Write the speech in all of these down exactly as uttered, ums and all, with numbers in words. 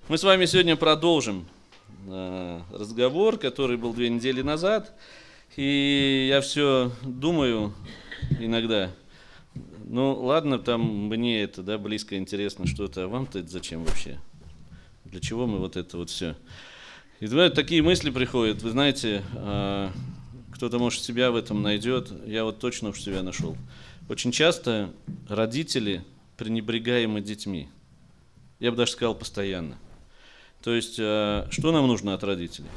Мы с вами сегодня продолжим э, разговор, который был две недели назад. И я все думаю иногда, ну ладно, там мне это да, близко, интересно что-то, а вам-то это зачем вообще? Для чего мы вот это вот все? И такие мысли приходят, вы знаете, э, кто-то, может, себя в этом найдет, я вот точно уж себя нашел. Очень часто родители пренебрегаемы детьми, я бы даже сказал постоянно. То есть, что нам нужно от родителей?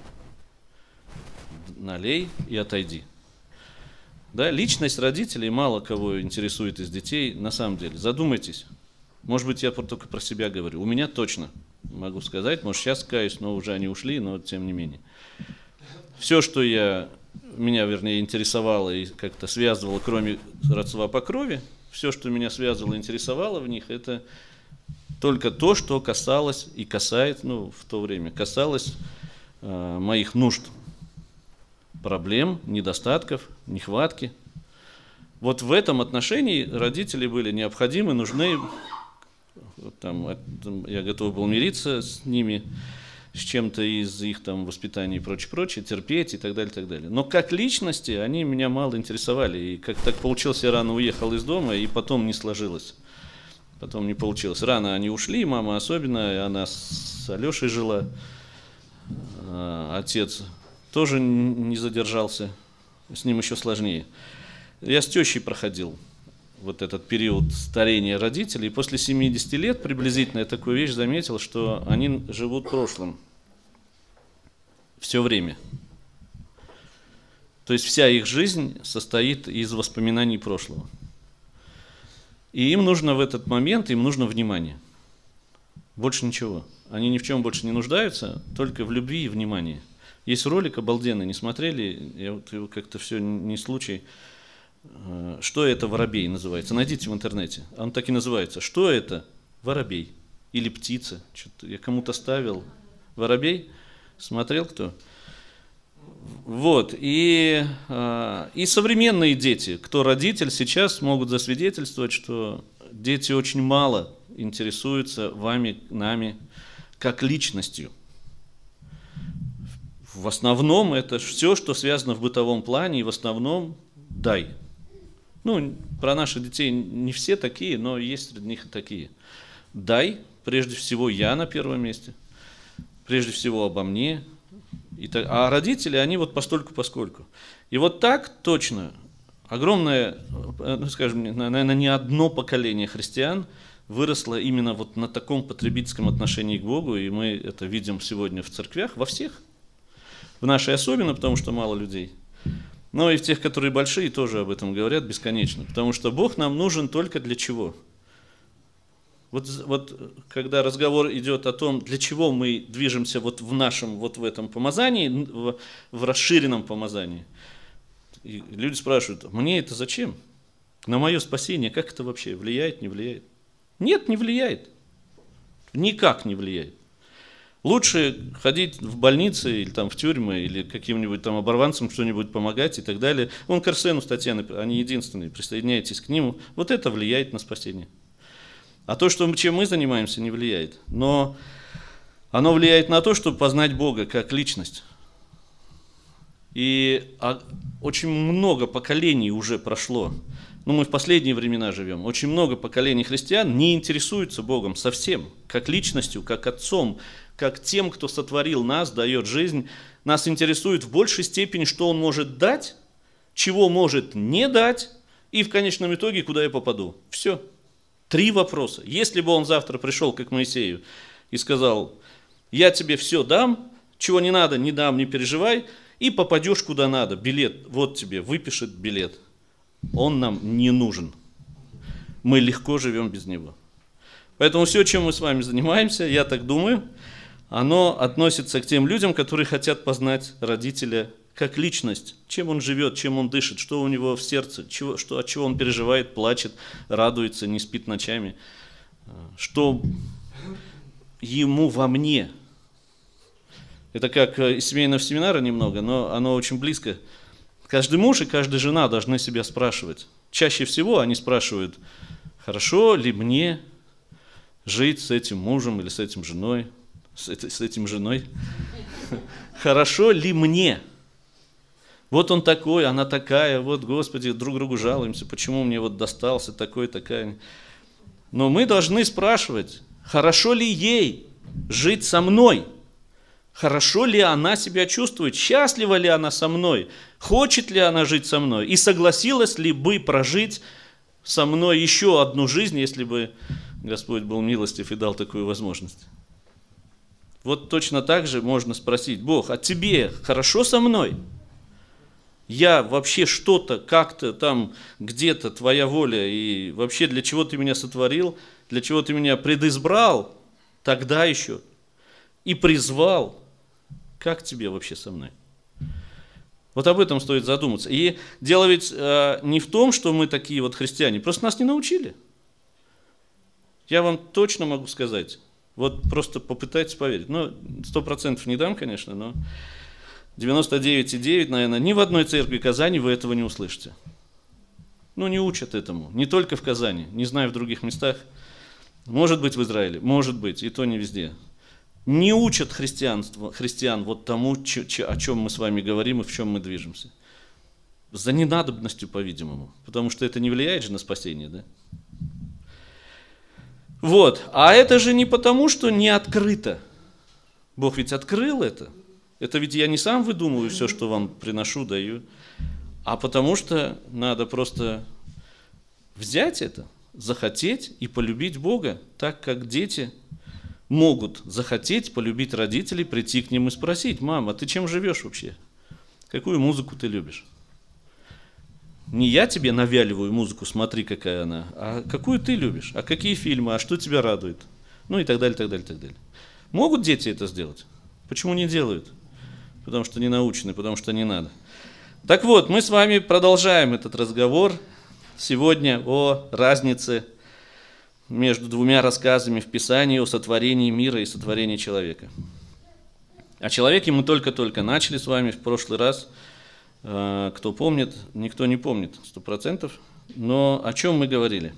Налей и отойди. Да, личность родителей мало кого интересует из детей, на самом деле. Задумайтесь. Может быть, я только про себя говорю. У меня точно могу сказать, может, сейчас каюсь, но уже они ушли, но тем не менее. Все, что я, меня, вернее, интересовало и как-то связывало, кроме родства по крови, все, что меня связывало и интересовало в них, это только то, что касалось и касается, ну, в то время, касалось э, моих нужд, проблем, недостатков, нехватки. Вот в этом отношении родители были необходимы, нужны. Там, я готов был мириться с ними, с чем-то из их там воспитания и прочее, прочее, терпеть и так далее, и так далее. Но как личности они меня мало интересовали. И как так получилось, я рано уехал из дома, и потом не сложилось. Потом не получилось. Рано они ушли, мама особенно, она с Алешей жила. Отец тоже не задержался, с ним еще сложнее. Я с тещей проходил вот этот период старения родителей, и после семидесяти лет приблизительно я такую вещь заметил, что они живут прошлым все время. То есть вся их жизнь состоит из воспоминаний прошлого. И им нужно в этот момент, им нужно внимание. Больше ничего. Они ни в чем больше не нуждаются, только в любви и внимании. Есть ролик обалденный, не смотрели, я вот его как-то все не случай. Что это воробей называется? Найдите в интернете. Он так и называется. Что это? Воробей. Или птица. Что-то я кому-то ставил. Воробей? Смотрел кто? Вот. И, и современные дети, кто родитель, сейчас могут засвидетельствовать, что дети очень мало интересуются вами, нами, как личностью. В основном это все, что связано в бытовом плане, и в основном дай. Ну, про наших детей не все такие, но есть среди них и такие. Дай, прежде всего, я на первом месте, прежде всего обо мне. И так, а родители, они вот постольку-поскольку. И вот так точно огромное, ну, скажем, наверное, не одно поколение христиан выросло именно вот на таком потребительском отношении к Богу, и мы это видим сегодня в церквях, во всех. В нашей особенно, потому что мало людей. Но и в тех, которые большие, тоже об этом говорят бесконечно. Потому что Бог нам нужен только для чего? Вот, вот когда разговор идет о том, для чего мы движемся вот в нашем, вот в этом помазании, в, в расширенном помазании, и люди спрашивают, мне это зачем? На мое спасение, как это вообще влияет, не влияет? Нет, не влияет. Никак не влияет. Лучше ходить в больницы или там в тюрьмы, или каким-нибудь там оборванцам что-нибудь помогать и так далее. Вон к Арсену статья, они единственные, присоединяйтесь к нему. Вот это влияет на спасение. А то, что, чем мы занимаемся, не влияет. Но оно влияет на то, чтобы познать Бога как личность. И очень много поколений уже прошло. Ну, мы в последние времена живем. Очень много поколений христиан не интересуются Богом совсем, как личностью, как Отцом, как тем, кто сотворил нас, дает жизнь. Нас интересует в большей степени, что Он может дать, чего может не дать, и в конечном итоге, куда я попаду. Все. Три вопроса. Если бы Он завтра пришел, как Моисею, и сказал, я тебе все дам, чего не надо, не дам, не переживай, и попадешь куда надо, билет, вот тебе, выпишет билет. Он нам не нужен. Мы легко живем без него. Поэтому все, чем мы с вами занимаемся, я так думаю, оно относится к тем людям, которые хотят познать родителя как личность, чем он живет, чем он дышит, что у него в сердце, чего, что, от чего он переживает, плачет, радуется, не спит ночами, что ему во мне. Это как из семейного семинара немного, но оно очень близко. Каждый муж и каждая жена должны себя спрашивать. Чаще всего они спрашивают, хорошо ли мне жить с этим мужем или с этим женой, с, этой, с этим женой. Хорошо ли мне? Вот он такой, она такая, вот, Господи, друг другу жалуемся, почему мне вот достался такой, такая. Но мы должны спрашивать, хорошо ли ей жить со мной? Хорошо ли она себя чувствует? Счастлива ли она со мной? Хочет ли она жить со мной? И согласилась ли бы прожить со мной еще одну жизнь, если бы Господь был милостив и дал такую возможность? Вот точно так же можно спросить: Бог, а тебе хорошо со мной? Я вообще что-то, как-то там, где-то твоя воля, и вообще для чего ты меня сотворил, для чего ты меня предизбрал тогда еще и призвал? Как тебе вообще со мной? Вот об этом стоит задуматься. И дело ведь э, не в том, что мы такие вот христиане, просто нас не научили. Я вам точно могу сказать, вот просто попытайтесь поверить. Ну, сто процентов не дам, конечно, но девяносто девять и девять, наверное, ни в одной церкви Казани вы этого не услышите. Ну, не учат этому. Не только в Казани, не знаю в других местах. Может быть, в Израиле, может быть, и то не везде. Не учат христианство, христиан вот тому, ч, ч, о чем мы с вами говорим и в чем мы движемся. За ненадобностью, по-видимому. Потому что это не влияет же на спасение, да? Вот. А это же не потому, что не открыто. Бог ведь открыл это. Это ведь я не сам выдумываю все, что вам приношу, даю. А потому что надо просто взять это, захотеть и полюбить Бога, так как дети могут захотеть полюбить родителей, прийти к ним и спросить: мама, ты чем живешь вообще? Какую музыку ты любишь? Не я тебе навяливаю музыку, смотри, какая она, а какую ты любишь, а какие фильмы, а что тебя радует? Ну и так далее, так далее, так далее. Могут дети это сделать? Почему не делают? Потому что не научены, потому что не надо. Так вот, мы с вами продолжаем этот разговор сегодня о разнице между двумя рассказами в Писании о сотворении мира и сотворении человека. О человеке мы только-только начали с вами в прошлый раз. Кто помнит, никто не помнит, сто процентов. Но о чем мы говорили?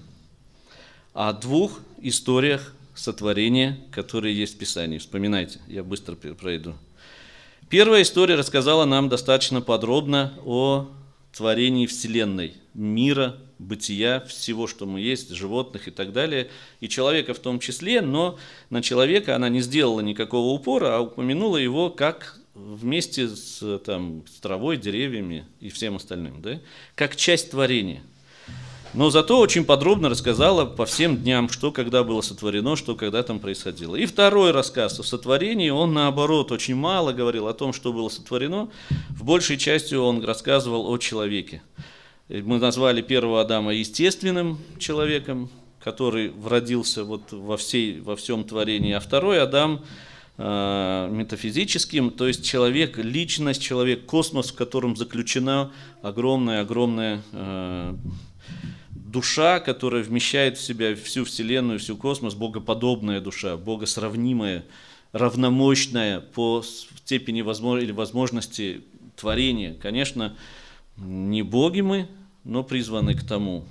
О двух историях сотворения, которые есть в Писании. Вспоминайте, я быстро пройду. Первая история рассказала нам достаточно подробно о творении Вселенной, мира, бытия, всего, что мы есть, животных и так далее, и человека в том числе, но на человека она не сделала никакого упора, а упомянула его как вместе с, там, с травой, деревьями и всем остальным, да? Как часть творения. Но зато очень подробно рассказала по всем дням, что когда было сотворено, что когда там происходило. И второй рассказ о сотворении, он наоборот очень мало говорил о том, что было сотворено, в большей части он рассказывал о человеке. Мы назвали первого Адама естественным человеком, который родился вот во, всей, во всем творении, а второй Адам э, метафизическим, то есть человек, личность, человек, космос, в котором заключена огромная-огромная э, душа, которая вмещает в себя всю Вселенную, всю космос, богоподобная душа, богосравнимая, равномощная по степени возможности или возможности творения. Конечно, не боги мы, но призваны к тому.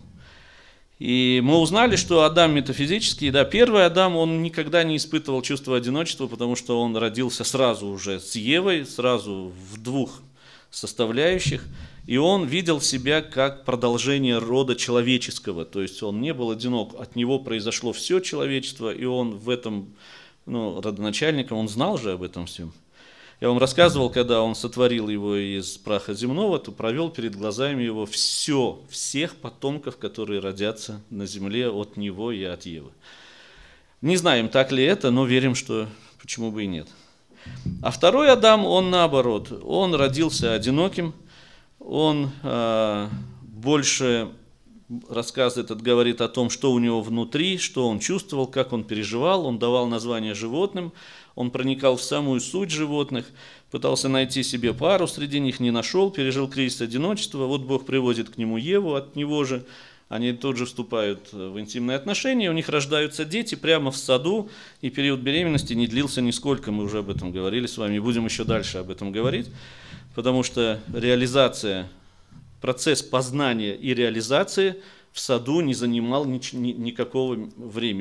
И мы узнали, что Адам метафизический, да, первый Адам, он никогда не испытывал чувство одиночества, потому что он родился сразу уже с Евой, сразу в двух составляющих, и он видел себя как продолжение рода человеческого, то есть он не был одинок, от него произошло все человечество, и он в этом, ну, родоначальником, он знал же об этом всем. Я вам рассказывал, когда он сотворил его из праха земного, то провел перед глазами его все, всех потомков, которые родятся на земле от него и от Евы. Не знаем, так ли это, но верим, что почему бы и нет. А второй Адам, он наоборот, он родился одиноким, он э, больше, рассказ этот говорит о том, что у него внутри, что он чувствовал, как он переживал, он давал названия животным, он проникал в самую суть животных, пытался найти себе пару, среди них не нашел, пережил кризис одиночества, вот Бог приводит к нему Еву, от него же они тут же вступают в интимные отношения, у них рождаются дети прямо в саду, и период беременности не длился нисколько, мы уже об этом говорили с вами, будем еще дальше об этом говорить, потому что реализация, процесс познания и реализации в саду не занимал ни, ни, никакого времени. То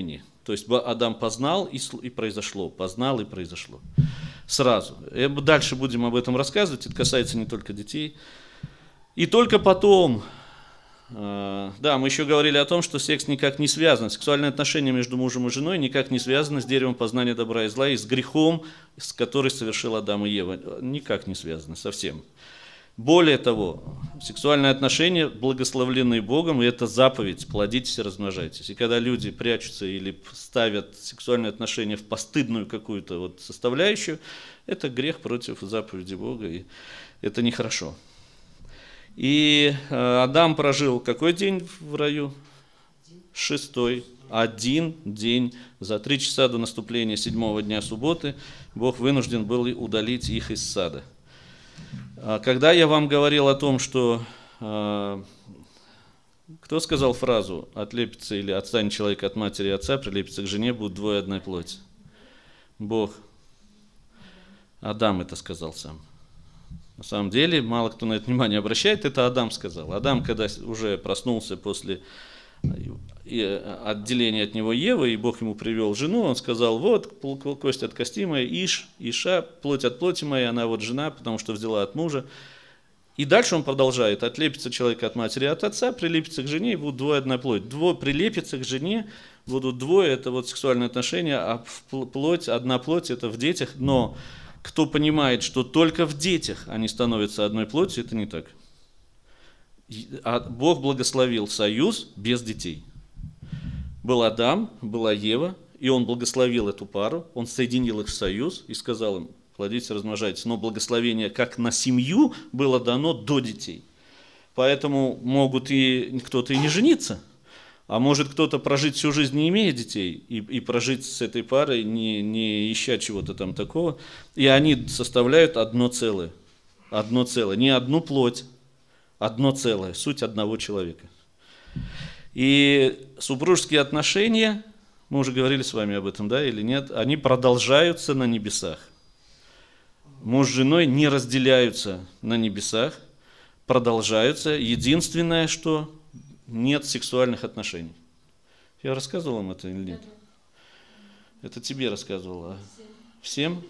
То есть Адам познал и, и произошло, познал и произошло. Сразу. И дальше будем об этом рассказывать, это касается не только детей. И только потом, э, да, мы еще говорили о том, что секс никак не связан, сексуальные отношения между мужем и женой никак не связаны с деревом познания добра и зла и с грехом, с который совершил Адам и Ева. Никак не связаны совсем. Более того, сексуальные отношения благословлены Богом, и это заповедь, плодитесь и размножайтесь. И когда люди прячутся или ставят сексуальные отношения в постыдную какую-то вот составляющую, это грех против заповеди Бога, и это нехорошо. И Адам прожил какой день в раю? Шестой. Один день. За три часа до наступления седьмого дня субботы Бог вынужден был удалить их из сада. Когда я вам говорил о том, что э, кто сказал фразу «отлепится или отстанет человек от матери и отца, прилепится к жене, будут двое одной плоти»? Бог. Адам это сказал сам. На самом деле, мало кто на это внимание обращает, это Адам сказал. Адам, когда уже проснулся после отделения от него Евы, и Бог ему привел жену, он сказал: вот, кость от кости моей, Иш, Иша, плоть от плоти моей, она вот жена, потому что взяла от мужа. И дальше он продолжает: отлепится человек от матери и от отца, прилепится к жене, и будут двое одна плоть. Двое прилепится к жене, будут двое, это вот сексуальные отношения, а плоть, одна плоть, это в детях. Но кто понимает, что только в детях они становятся одной плотью, это не так. Бог благословил союз без детей. Был Адам, была Ева, и он благословил эту пару, он соединил их в союз и сказал им: плодитесь, размножайтесь. Но благословение как на семью было дано до детей. Поэтому могут и кто-то и не жениться, а может кто-то прожить всю жизнь, не имея детей, и, и прожить с этой парой, не, не ища чего-то там такого. И они составляют одно целое. Одно целое. Не одну плоть, одно целое. Суть одного человека. И супружеские отношения, мы уже говорили с вами об этом, да, или нет, они продолжаются на небесах. Муж с женой не разделяются на небесах, продолжаются. Единственное, что нет сексуальных отношений. Я рассказывал вам это или нет? Это тебе рассказывала. Всем?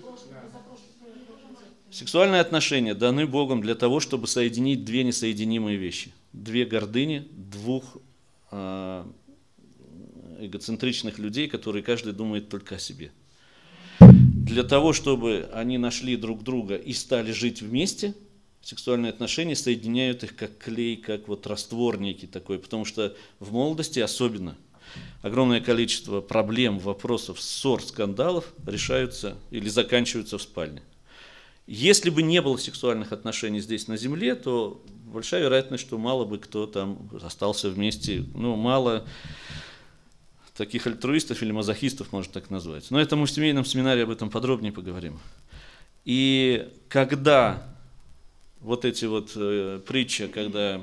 Сексуальные отношения даны Богом для того, чтобы соединить две несоединимые вещи. Две гордыни, двух э, эгоцентричных людей, которые каждый думает только о себе. Для того, чтобы они нашли друг друга и стали жить вместе, сексуальные отношения соединяют их как клей, как вот раствор некий такой, потому что в молодости особенно огромное количество проблем, вопросов, ссор, скандалов решаются или заканчиваются в спальне. Если бы не было сексуальных отношений здесь на земле, то большая вероятность, что мало бы кто там остался вместе, ну, мало таких альтруистов или мазохистов, можно так назвать. Но это мы в семейном семинаре об этом подробнее поговорим. И когда вот эти вот э, притчи, когда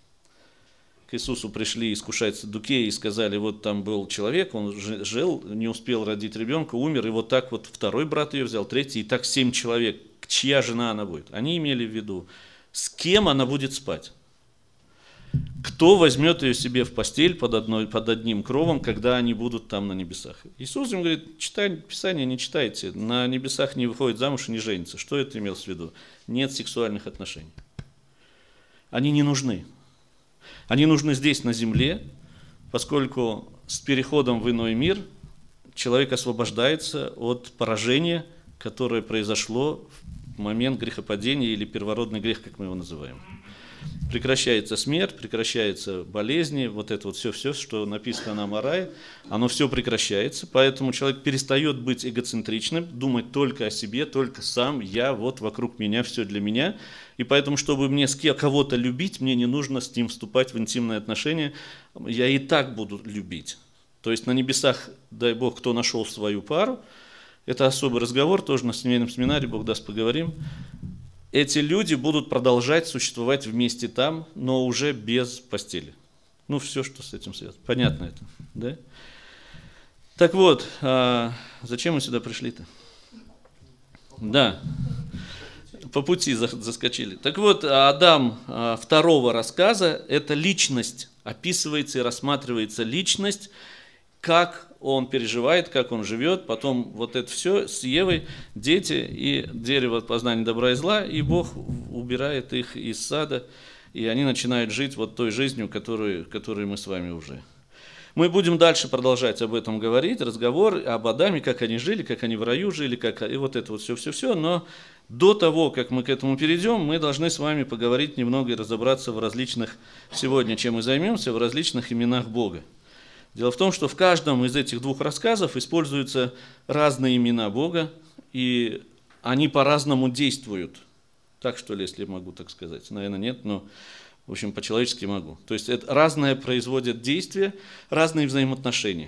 к Иисусу пришли искушать саддукеи и сказали: вот там был человек, он жил, не успел родить ребенка, умер, и вот так вот второй брат ее взял, третий, и так семь человек, чья жена она будет. Они имели в виду, с кем она будет спать. Кто возьмет ее себе в постель под, одной, под одним кровом, когда они будут там на небесах? Иисус им говорит: читай Писание, не читайте, на небесах не выходит замуж и не женится. Что это имелось в виду? Нет сексуальных отношений. Они не нужны. Они нужны здесь, на земле, поскольку с переходом в иной мир человек освобождается от поражения, которое произошло в момент грехопадения или первородный грех, как мы его называем. Прекращается смерть, прекращаются болезни, вот это вот все-все, что написано нам о рае, оно все прекращается, поэтому человек перестает быть эгоцентричным, думать только о себе, только сам, я, вот вокруг меня, все для меня, и поэтому, чтобы мне с кого-то любить, мне не нужно с ним вступать в интимные отношения, я и так буду любить. То есть на небесах, дай Бог, кто нашел свою пару, это особый разговор, тоже на семейном семинаре, Бог даст, поговорим. Эти люди будут продолжать существовать вместе там, но уже без постели. Ну, все, что с этим связано. Понятно это, да? Так вот, а зачем мы сюда пришли-то? Да, по пути заскочили. Так вот, Адам второго рассказа – это личность, описывается и рассматривается личность, как он переживает, как он живет, потом вот это все с Евой, дети и дерево познания добра и зла, и Бог убирает их из сада, и они начинают жить вот той жизнью, которую, которую мы с вами уже. Мы будем дальше продолжать об этом говорить, разговор об Адаме, как они жили, как они в раю жили, как, и вот это вот все-все-все, но до того, как мы к этому перейдем, мы должны с вами поговорить немного и разобраться в различных, сегодня чем мы займемся, в различных именах Бога. Дело в том, что в каждом из этих двух рассказов используются разные имена Бога, и они по-разному действуют. Так что ли, если могу так сказать? Наверное, нет, но... В общем, по-человечески могу. То есть это разное производят действия, разные взаимоотношения.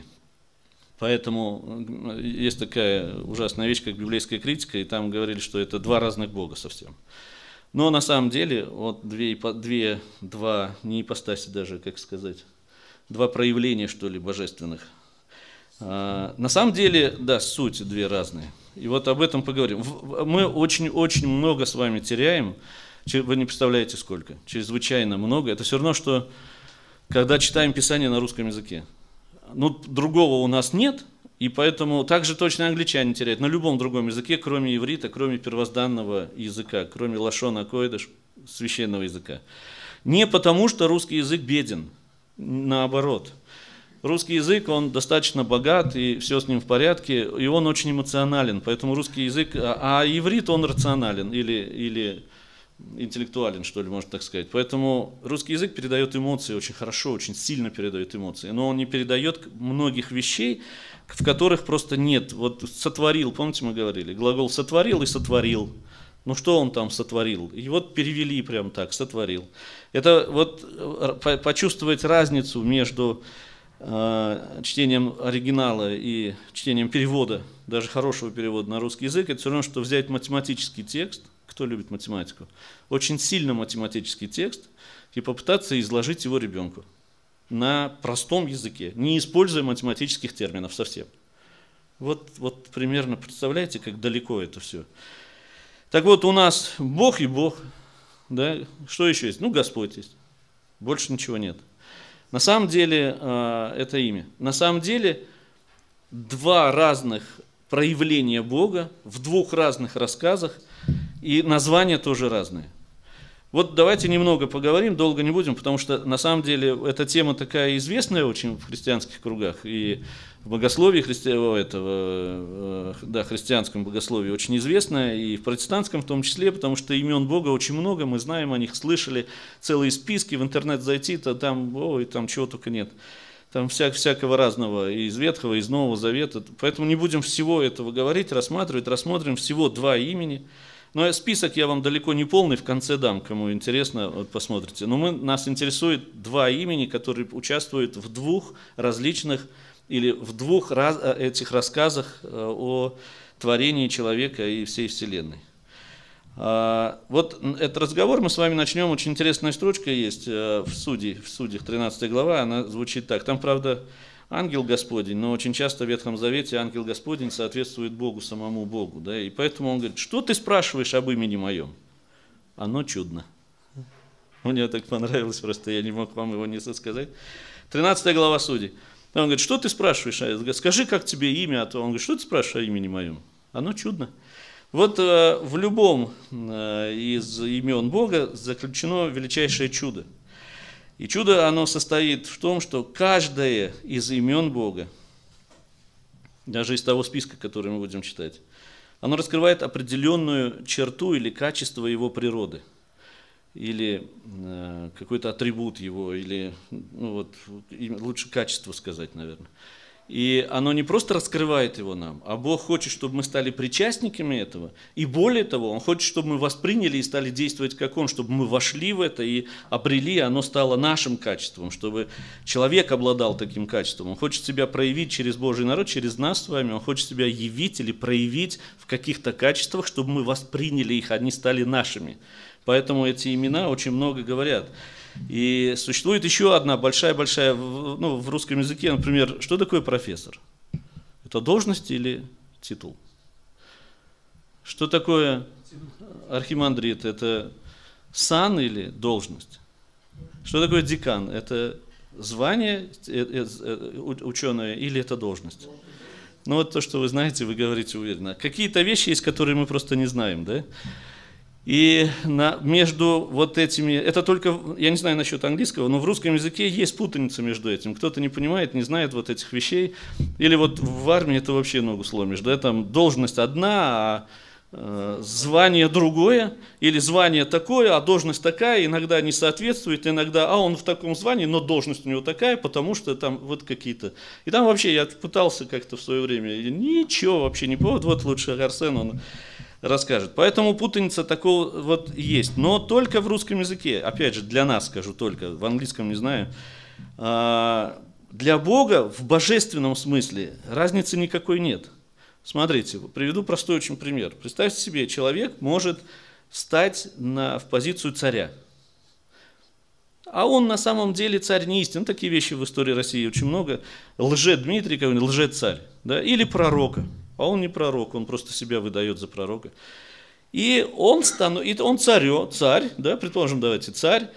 Поэтому есть такая ужасная вещь, как библейская критика, и там говорили, что это два разных Бога совсем. Но на самом деле, вот две, две, два, не ипостаси даже, как сказать, два проявления, что ли, божественных. А, на самом деле, да, суть две разные. И вот об этом поговорим. Мы очень-очень много с вами теряем. Вы не представляете, сколько. Чрезвычайно много. Это все равно, что когда читаем Писание на русском языке. Ну, другого у нас нет, и поэтому так же точно англичане теряют на любом другом языке, кроме иврита, кроме первозданного языка, кроме лашон а-койдеш, священного языка. Не потому, что русский язык беден, наоборот. Русский язык, он достаточно богат, и все с ним в порядке, и он очень эмоционален, поэтому русский язык, а, а иврит, он рационален, или... или интеллектуален, что ли, можно так сказать. Поэтому русский язык передает эмоции очень хорошо, очень сильно передает эмоции, но он не передает многих вещей, в которых просто нет. Вот сотворил, помните, мы говорили, глагол сотворил и сотворил. Ну что он там сотворил? И вот перевели прям так, сотворил. Это вот почувствовать разницу между э, чтением оригинала и чтением перевода, даже хорошего перевода на русский язык, это все равно, что взять математический текст. Кто любит математику? Очень сильно математический текст и попытаться изложить его ребенку на простом языке, не используя математических терминов совсем. Вот, вот примерно представляете, как далеко это все. Так вот, у нас Бог и Бог. Да? Что еще есть? Ну, Господь есть. Больше ничего нет. На самом деле, это имя. На самом деле, два разных проявления Бога в двух разных рассказах, и названия тоже разные. Вот давайте немного поговорим, долго не будем, потому что на самом деле эта тема такая известная очень в христианских кругах, и в богословии христи... этого, да, христианском богословии очень известная, и в протестантском в том числе, потому что имен Бога очень много, мы знаем о них, слышали целые списки, в интернет зайти, то там, ой, там чего только нет. Там вся, всякого разного, и из Ветхого, и из Нового Завета. Поэтому не будем всего этого говорить, рассматривать, рассмотрим всего два имени. Но список я вам далеко не полный, в конце дам, кому интересно, вот посмотрите. Но мы, нас интересует два имени, которые участвуют в двух различных, или в двух раз, этих рассказах о творении человека и всей Вселенной. Вот этот разговор мы с вами начнем, очень интересная строчка есть в Судьях, в Судьях тринадцатая глава, она звучит так. Там, правда, ангел Господень, но очень часто в Ветхом Завете ангел Господень соответствует Богу, самому Богу. Да? И поэтому он говорит, что ты спрашиваешь об имени моем? Оно чудно. Мне так понравилось, просто я не мог вам его не сказать. тринадцатая глава Судей. Он говорит, что ты спрашиваешь? Скажи, как тебе имя, а то он говорит, что ты спрашиваешь о имени моем? Оно чудно. Вот э, в любом э, из имен Бога заключено величайшее чудо. И чудо, оно состоит в том, что каждое из имен Бога, даже из того списка, который мы будем читать, оно раскрывает определенную черту или качество его природы, или э, какой-то атрибут его, или ну, вот, лучше качество сказать, наверное. И оно не просто раскрывает его нам, а Бог хочет, чтобы мы стали причастниками этого. И более того, Он хочет, чтобы мы восприняли и стали действовать как Он, чтобы мы вошли в это и обрели, оно стало нашим качеством, чтобы человек обладал таким качеством. Он хочет себя проявить через Божий народ, через нас с вами. Он хочет себя явить или проявить в каких-то качествах, чтобы мы восприняли их, они стали нашими. Поэтому эти имена очень много говорят. И существует еще одна большая-большая, ну, в русском языке, например, что такое профессор? Это должность или титул? Что такое архимандрит? Это сан или должность? Что такое декан? Это звание ученое или это должность? Ну вот то, что вы знаете, вы говорите уверенно. Какие-то вещи есть, которые мы просто не знаем, да? И на, между вот этими, это только, я не знаю насчет английского, но в русском языке есть путаница между этим. Кто-то не понимает, не знает вот этих вещей. Или вот в армии это вообще ногу сломишь, да? Там должность одна, а э, звание другое, или звание такое, а должность такая, иногда не соответствует, иногда, а он в таком звании, но должность у него такая, потому что там вот какие-то. И там вообще я пытался как-то в свое время, ничего вообще не повод, вот лучше Арсен, он расскажет. Поэтому путаница такого вот есть, но только в русском языке, опять же, для нас скажу только, в английском не знаю. Для Бога в божественном смысле разницы никакой нет. Смотрите, приведу простой очень пример. Представьте себе, человек может стать на, в позицию царя. А он на самом деле царь не истинный. Такие вещи в истории России очень много. Лже-Дмитрий, лже-царь, да? Или пророка. А он не пророк, он просто себя выдает за пророка. И он, стану, и он царё, царь, да, предположим, давайте, царь.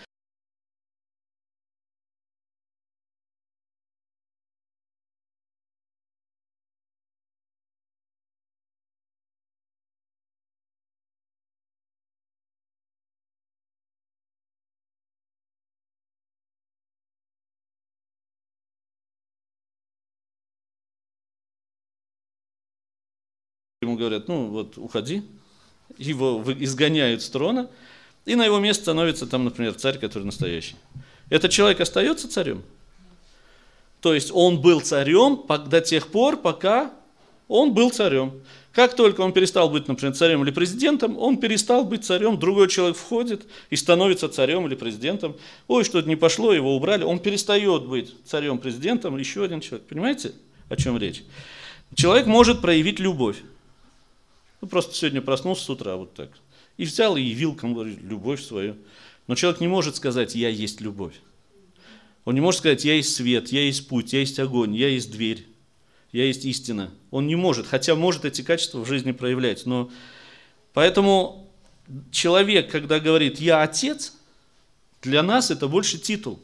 Ему говорят, ну вот уходи, его изгоняют с трона, и на его место становится там, например, царь, который настоящий. Этот человек остается царем? То есть он был царем до тех пор, пока он был царем. Как только он перестал быть, например, царем или президентом, он перестал быть царем, другой человек входит и становится царем или президентом. Ой, что-то не пошло, его убрали, он перестает быть царем, президентом, еще один человек. Понимаете, о чем речь? Человек может проявить любовь. Ну, просто сегодня проснулся с утра вот так. И взял и явил кому любовь свою. Но человек не может сказать, я есть любовь. Он не может сказать, я есть свет, я есть путь, я есть огонь, я есть дверь, я есть истина. Он не может, хотя может эти качества в жизни проявлять. Но поэтому человек, когда говорит, я отец, для нас это больше титул.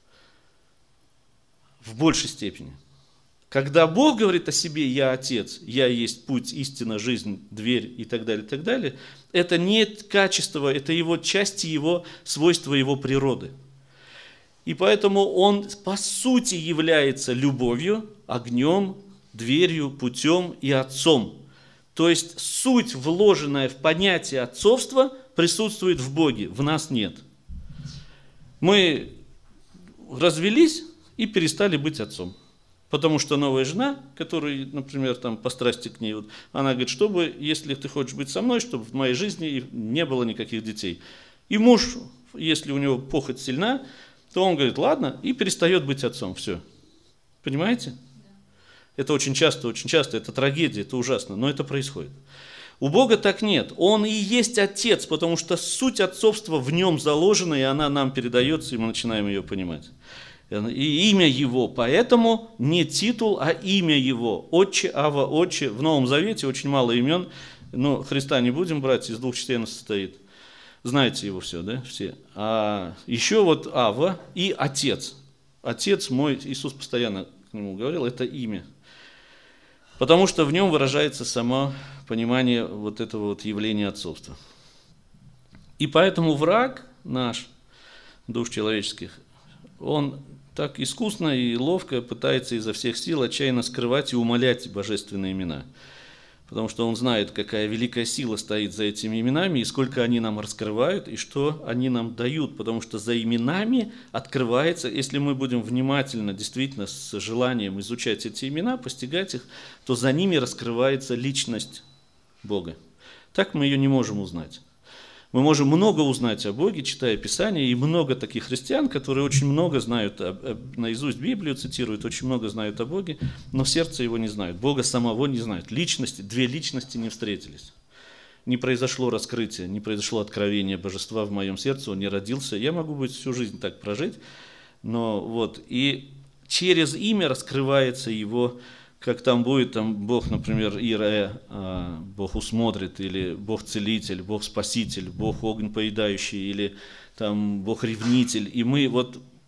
В большей степени. Когда Бог говорит о себе «Я Отец», «Я есть путь, истина, жизнь, дверь» и так далее, и так далее, это не качество, это его части, его свойства, его природы. И поэтому он по сути является любовью, огнем, дверью, путем и отцом. То есть суть, вложенная в понятие отцовства, присутствует в Боге, в нас нет. Мы развелись и перестали быть отцом. Потому что новая жена, которая, например, там, по страсти к ней, вот, она говорит, чтобы, если ты хочешь быть со мной, чтобы в моей жизни не было никаких детей. И муж, если у него похоть сильна, то он говорит, ладно, и перестает быть отцом. Все. Понимаете? Да. Это очень часто, очень часто, это трагедия, это ужасно, но это происходит. У Бога так нет. Он и есть отец, потому что суть отцовства в нем заложена, и она нам передается, и мы начинаем ее понимать. И имя Его, поэтому не титул, а имя Его. Отче, Ава, Отче. В Новом Завете очень мало имен, но Христа не будем брать, из двух частей он состоит. Знаете его все, да? Все. А еще вот Ава и Отец. Отец мой, Иисус постоянно к нему говорил, это имя. Потому что в нем выражается само понимание вот этого вот явления отцовства. И поэтому враг наш, душ человеческих, он так искусно и ловко пытается изо всех сил отчаянно скрывать и умалять божественные имена. Потому что он знает, какая великая сила стоит за этими именами, и сколько они нам раскрывают, и что они нам дают. Потому что за именами открывается, если мы будем внимательно, действительно, с желанием изучать эти имена, постигать их, то за ними раскрывается личность Бога. Так мы ее не можем узнать. Мы можем много узнать о Боге, читая Писание, и много таких христиан, которые очень много знают, наизусть Библию цитируют, очень много знают о Боге, но в сердце его не знают, Бога самого не знают. Личности, две личности не встретились. Не произошло раскрытие, не произошло откровение Божества в моем сердце, он не родился. Я могу быть всю жизнь так прожить, но вот, и через имя раскрывается его. Как там будет, там Бог, например, Ир-Э, Бог усмотрит, или Бог целитель, Бог спаситель, Бог огонь поедающий, или там Бог ревнитель. И мы вот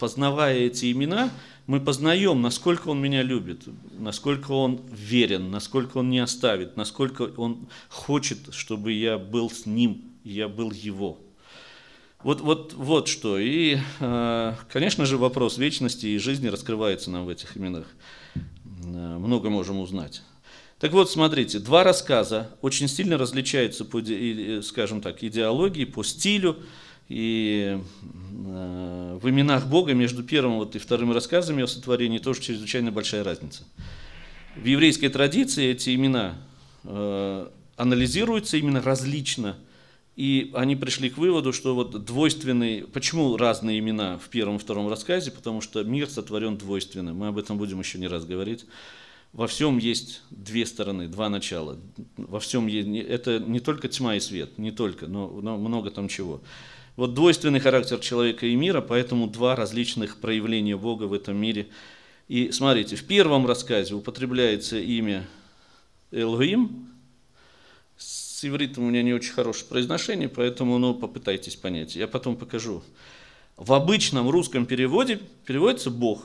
познавая эти имена, мы познаем, насколько Он меня любит, насколько Он верен, насколько Он не оставит, насколько Он хочет, чтобы я был с Ним, я был Его. Вот, вот, вот что. И, конечно же, вопрос вечности и жизни раскрывается нам в этих именах. Много можем узнать. Так вот, смотрите, два рассказа очень сильно различаются по, скажем так, идеологии, по стилю. И в именах Бога между первым вот и вторым рассказами о сотворении тоже чрезвычайно большая разница. В еврейской традиции эти имена анализируются именно различно. И они пришли к выводу, что вот двойственные... Почему разные имена в первом и втором рассказе? Потому что мир сотворен двойственно. Мы об этом будем еще не раз говорить. Во всем есть две стороны, два начала. Во всем есть... Это не только тьма и свет, не только, но, но много там чего. Вот двойственный характер человека и мира, поэтому два различных проявления Бога в этом мире. И смотрите, в первом рассказе употребляется имя Элохим. С ивритом у меня не очень хорошее произношение, поэтому ну, попытайтесь понять. Я потом покажу. В обычном русском переводе переводится Бог.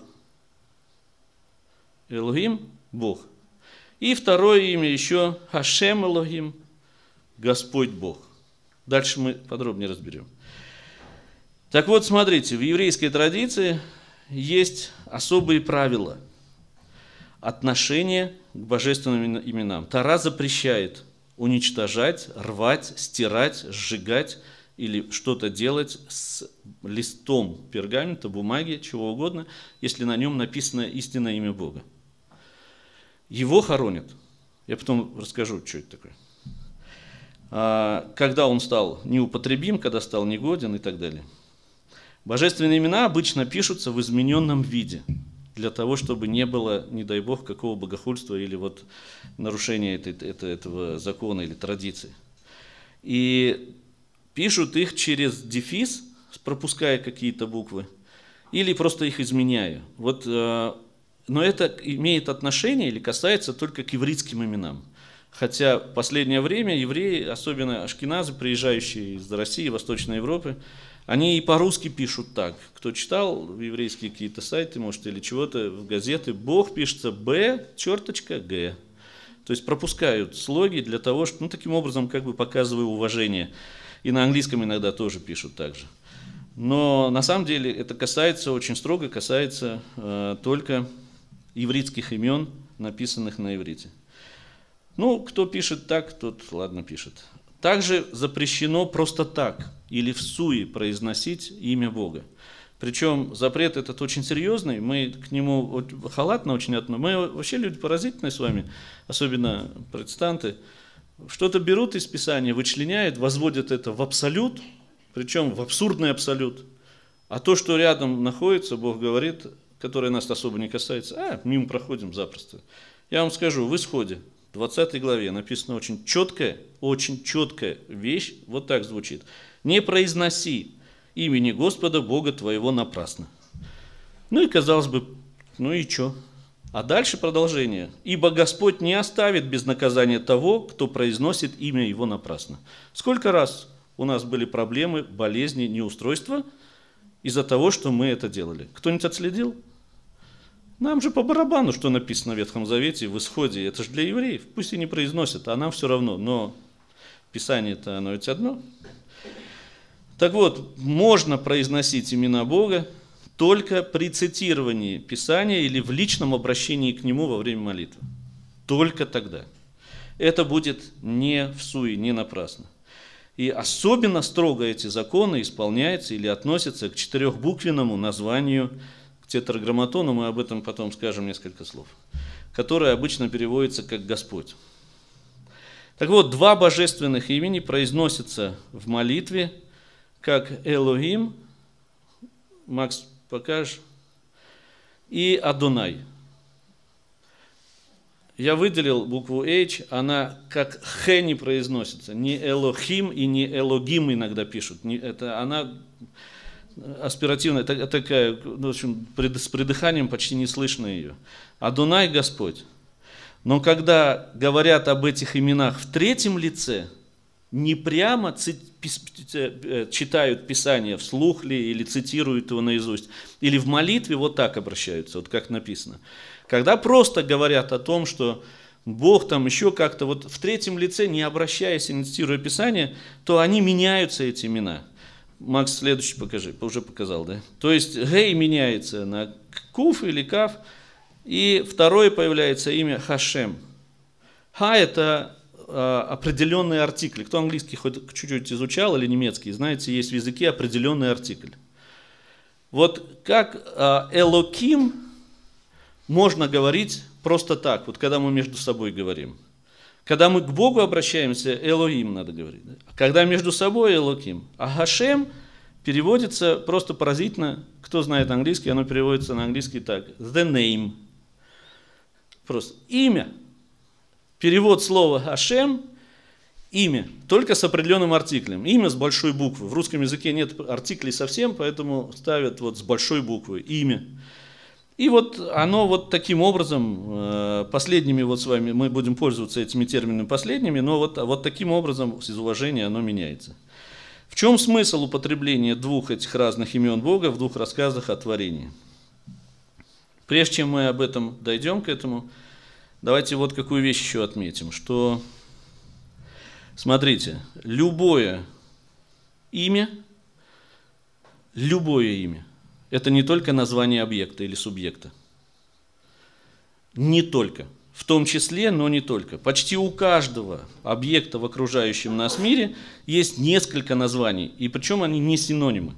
Элохим – Бог. И второе имя еще Хашем Элохим – Господь Бог. Дальше мы подробнее разберем. Так вот, смотрите, в еврейской традиции есть особые правила отношения к божественным именам. Тора запрещает уничтожать, рвать, стирать, сжигать или что-то делать с листом пергамента, бумаги, чего угодно, если на нем написано истинное имя Бога. Его хоронят. Я потом расскажу, что это такое. Когда он стал неупотребим, когда стал негоден и так далее. Божественные имена обычно пишутся в измененном виде, для того, чтобы не было, не дай Бог, какого богохульства или вот нарушения этой, этой, этого закона или традиции. И пишут их через дефис, пропуская какие-то буквы, или просто их изменяя. Вот, но это имеет отношение или касается только к ивритским именам. Хотя в последнее время евреи, особенно ашкеназы, приезжающие из России и Восточной Европы, они и по-русски пишут так. Кто читал еврейские какие-то сайты, может, или чего-то, в газеты, Бог пишется Б, черточка, Г. То есть пропускают слоги для того, что, ну, таким образом, как бы показывая уважение. И на английском иногда тоже пишут так же. Но на самом деле это касается, очень строго касается э, только ивритских имен, написанных на иврите. Ну, кто пишет так, тот, ладно, пишет. Также запрещено просто так или в суе произносить имя Бога. Причем запрет этот очень серьезный, мы к нему халатно очень относимся. Мы вообще люди поразительные с вами, особенно протестанты. Что-то берут из Писания, вычленяют, возводят это в абсолют, причем в абсурдный абсолют. А то, что рядом находится, Бог говорит, которое нас особо не касается, а, мимо проходим запросто. Я вам скажу, в Исходе, в двадцатой главе написана очень четкая, очень четкая вещь, вот так звучит. «Не произноси имени Господа Бога твоего напрасно». Ну и казалось бы, ну и что? А дальше продолжение. «Ибо Господь не оставит без наказания того, кто произносит имя Его напрасно». Сколько раз у нас были проблемы, болезни, неустройства из-за того, что мы это делали? Кто-нибудь отследил? Нам же по барабану, что написано в Ветхом Завете, в Исходе. Это же для евреев. Пусть и не произносят, а нам все равно. Но Писание-то оно ведь одно. Так вот, можно произносить имена Бога только при цитировании Писания или в личном обращении к Нему во время молитвы. Только тогда. Это будет не в суе, не напрасно. И особенно строго эти законы исполняются или относятся к четырехбуквенному названию, к тетраграмматону, мы об этом потом скажем несколько слов, которое обычно переводится как «Господь». Так вот, два божественных имени произносятся в молитве как Элохим, Макс, покажешь, и Адонай. Я выделил букву H, она как Х не произносится, не Элохим и не Элогим иногда пишут. Это она аспиративная, такая, в общем, с придыханием почти не слышно ее. Адонай – Господь. Но когда говорят об этих именах в третьем лице, не прямо читают Писание вслух ли, или цитируют его наизусть, или в молитве вот так обращаются, вот как написано. Когда просто говорят о том, что Бог там еще как-то, вот в третьем лице, не обращаясь и не цитируя Писание, то они меняются, эти имена. Макс, следующий покажи, уже показал, да? То есть Гей меняется на Куф или Кав, и второе появляется имя Хашем. Ха – это а, определенный артикль. Кто английский хоть чуть-чуть изучал или немецкий, знаете, есть в языке определенный артикль. Вот как а, Элоким можно говорить просто так, вот когда мы между собой говорим. Когда мы к Богу обращаемся, Элоим надо говорить. Да? Когда между собой Элоким. А Хашем переводится просто поразительно. Кто знает английский, оно переводится на английский так. The name. Просто имя. Перевод слова Хашем – имя. Только с определенным артиклем. Имя с большой буквы. В русском языке нет артиклей совсем, поэтому ставят вот с большой буквы. Имя. И вот оно вот таким образом, последними вот с вами, мы будем пользоваться этими терминами последними, но вот, вот таким образом из уважения оно меняется. В чем смысл употребления двух этих разных имен Бога в двух рассказах о творении? Прежде чем мы об этом дойдем к этому, давайте вот какую вещь еще отметим, что, смотрите, любое имя, любое имя, это не только название объекта или субъекта. Не только. В том числе, но не только. Почти у каждого объекта в окружающем нас мире есть несколько названий, и причем они не синонимы.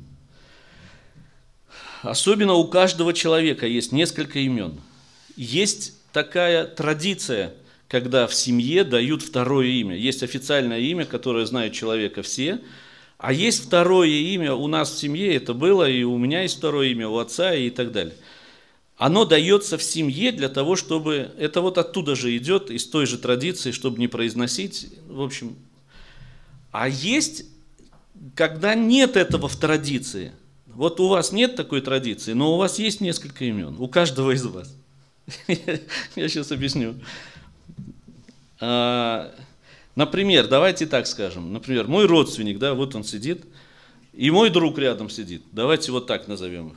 Особенно у каждого человека есть несколько имен. Есть такая традиция, когда в семье дают второе имя. Есть официальное имя, которое знают человека все, а есть второе имя у нас в семье, это было, и у меня есть второе имя, у отца и так далее. Оно дается в семье для того, чтобы, это вот оттуда же идет, из той же традиции, чтобы не произносить, в общем. А есть, когда нет этого в традиции. Вот у вас нет такой традиции, но у вас есть несколько имен, у каждого из вас. Я сейчас объясню. Например, давайте так скажем, например, мой родственник, да, вот он сидит, и мой друг рядом сидит, давайте вот так назовем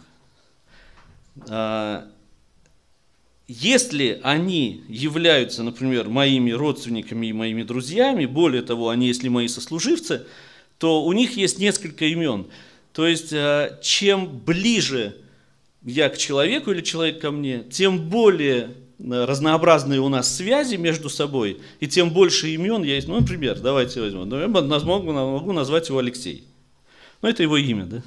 их. Если они являются, например, моими родственниками и моими друзьями, более того, они, если мои сослуживцы, то у них есть несколько имен. То есть, чем ближе я к человеку или человек ко мне, тем более разнообразные у нас связи между собой, и тем больше имен я есть. Ну, например, давайте возьмем. Я могу, могу назвать его Алексей. Ну, это его имя, да?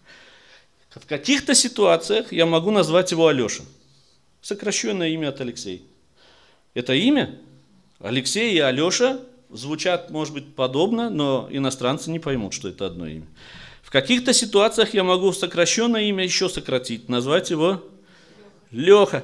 В каких-то ситуациях я могу назвать его Алеша. Сокращенное имя от Алексей. Это имя? Алексей и Алеша звучат, может быть, подобно, но иностранцы не поймут, что это одно имя. В каких-то ситуациях я могу сокращенное имя еще сократить, назвать его Леха.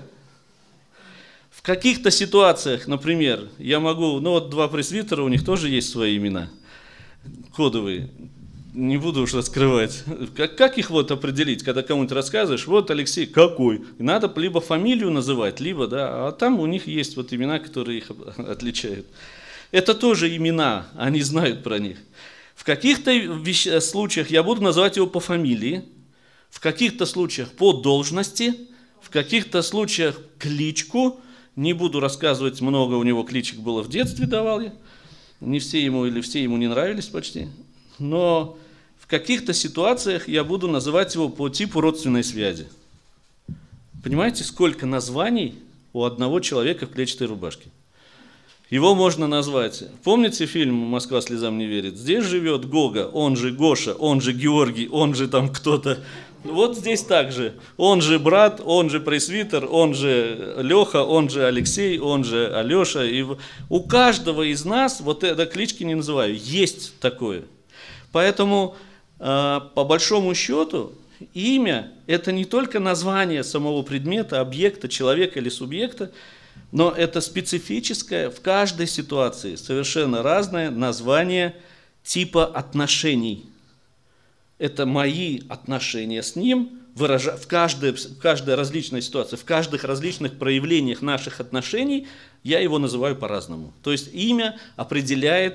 В каких-то ситуациях, например, я могу, ну вот два пресвитера, у них тоже есть свои имена, кодовые, не буду уж раскрывать. Как, как их вот определить, когда кому-нибудь рассказываешь, вот Алексей, какой? И надо либо фамилию называть, либо, да, а там у них есть вот имена, которые их отличают. Это тоже имена, они знают про них. В каких-то случаях я буду называть его по фамилии, в каких-то случаях по должности, в каких-то случаях кличку. Не буду рассказывать, много у него кличек было в детстве, давал я. Не все ему или все ему не нравились почти. Но в каких-то ситуациях я буду называть его по типу родственной связи. Понимаете, сколько названий у одного человека в клетчатой рубашке? Его можно назвать. Помните фильм «Москва слезам не верит»? Здесь живет Гога, он же Гоша, он же Георгий, он же там кто-то. Вот здесь также. Он же брат, он же пресвитер, он же Леха, он же Алексей, он же Алеша. И у каждого из нас, вот это клички не называю, есть такое. Поэтому, по большому счету, имя – это не только название самого предмета, объекта, человека или субъекта, но это специфическое в каждой ситуации, совершенно разное название типа отношений. Это мои отношения с ним выража... в, каждой, в каждой различной ситуации, в каждых различных проявлениях наших отношений я его называю по-разному. То есть имя определяет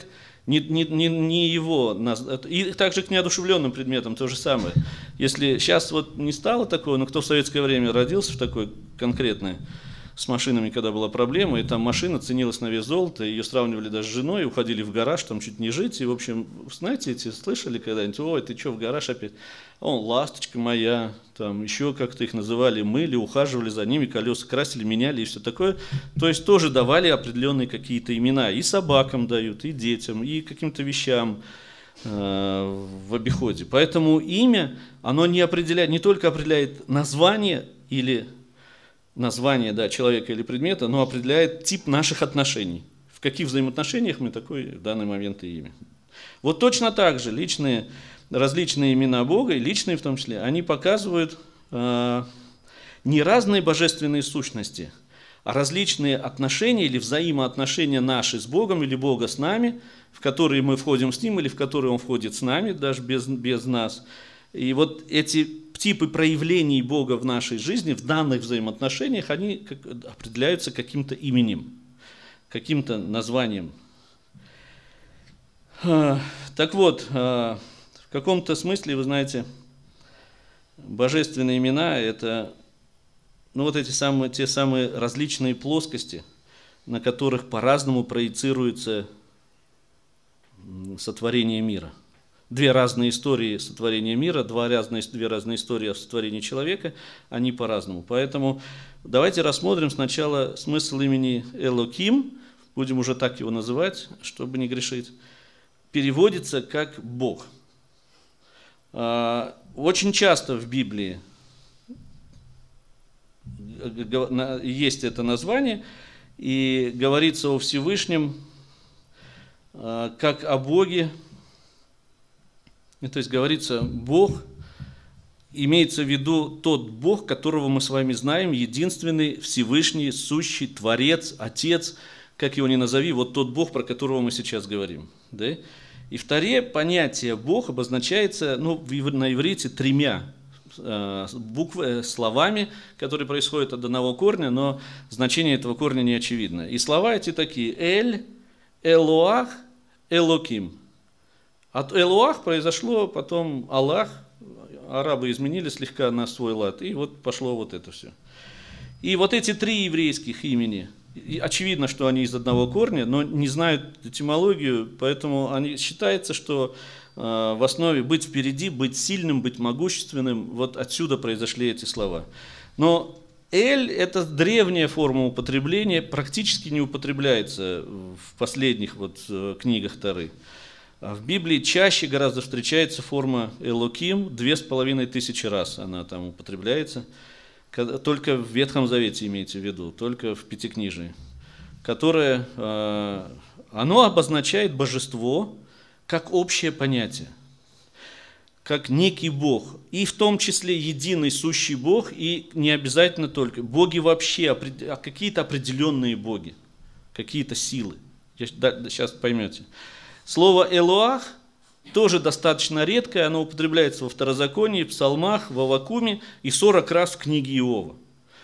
Не, не, не, не его. И также к неодушевленным предметам то же самое. Если сейчас вот не стало такого, но кто в советское время родился в такой конкретной, с машинами, когда была проблема, и там машина ценилась на вес золота, ее сравнивали даже с женой, уходили в гараж, там чуть не жить, и, в общем, знаете, эти слышали когда-нибудь, ой, ты что, в гараж опять? О, ласточка моя, там еще как-то их называли, мыли, ухаживали за ними, колеса красили, меняли и все такое. То есть тоже давали определенные какие-то имена, и собакам дают, и детям, и каким-то вещам э, в обиходе. Поэтому имя, оно не определяет, не только определяет название или название, да, человека или предмета, но определяет тип наших отношений. В каких взаимоотношениях мы такой в данный момент и имя. Вот точно так же личные, различные имена Бога, и личные в том числе, они показывают э, не разные божественные сущности, а различные отношения или взаимоотношения наши с Богом или Бога с нами, в которые мы входим с Ним или в которые Он входит с нами, даже без, без нас. И вот эти типы проявлений Бога в нашей жизни, в данных взаимоотношениях, они как, определяются каким-то именем, каким-то названием. Так вот, в каком-то смысле, вы знаете, божественные имена – это ну, вот эти самые, те самые различные плоскости, на которых по-разному проецируется сотворение мира. Две разные истории сотворения мира, два разные, две разные истории о сотворении человека, они по-разному. Поэтому давайте рассмотрим сначала смысл имени Элоким, будем уже так его называть, чтобы не грешить. Переводится как Бог. Очень часто в Библии есть это название, и говорится о Всевышнем как о Боге. И, то есть говорится, Бог, имеется в виду тот Бог, которого мы с вами знаем, единственный, Всевышний, сущий, Творец, Отец, как его ни назови, вот тот Бог, про которого мы сейчас говорим. Да? И в Торе понятие Бог обозначается ну, на иврите тремя э, буквами, словами, которые происходят от одного корня, но значение этого корня не очевидно. И слова эти такие: Эль, Элоах, Элоким. От Элоах произошло потом Аллах, арабы изменили слегка на свой лад, и вот пошло вот это все. И вот эти три еврейских имени, очевидно, что они из одного корня, но не знают этимологию, поэтому они, считается, что э, в основе быть впереди, быть сильным, быть могущественным, вот отсюда произошли эти слова. Но Эль – это древняя форма употребления, практически не употребляется в последних вот, э, книгах Торы. В Библии чаще гораздо встречается форма Элоким, две с половиной тысячи раз она там употребляется, только в Ветхом Завете имейте в виду, только в Пятикнижии, которое, оно обозначает божество как общее понятие, как некий Бог, и в том числе единый сущий Бог, и не обязательно только боги вообще, а какие-то определенные боги, какие-то силы, сейчас поймете. Слово «элоах» тоже достаточно редкое, оно употребляется во Второзаконии, в Псалмах, в Аввакуме и сорок раз в книге Иова.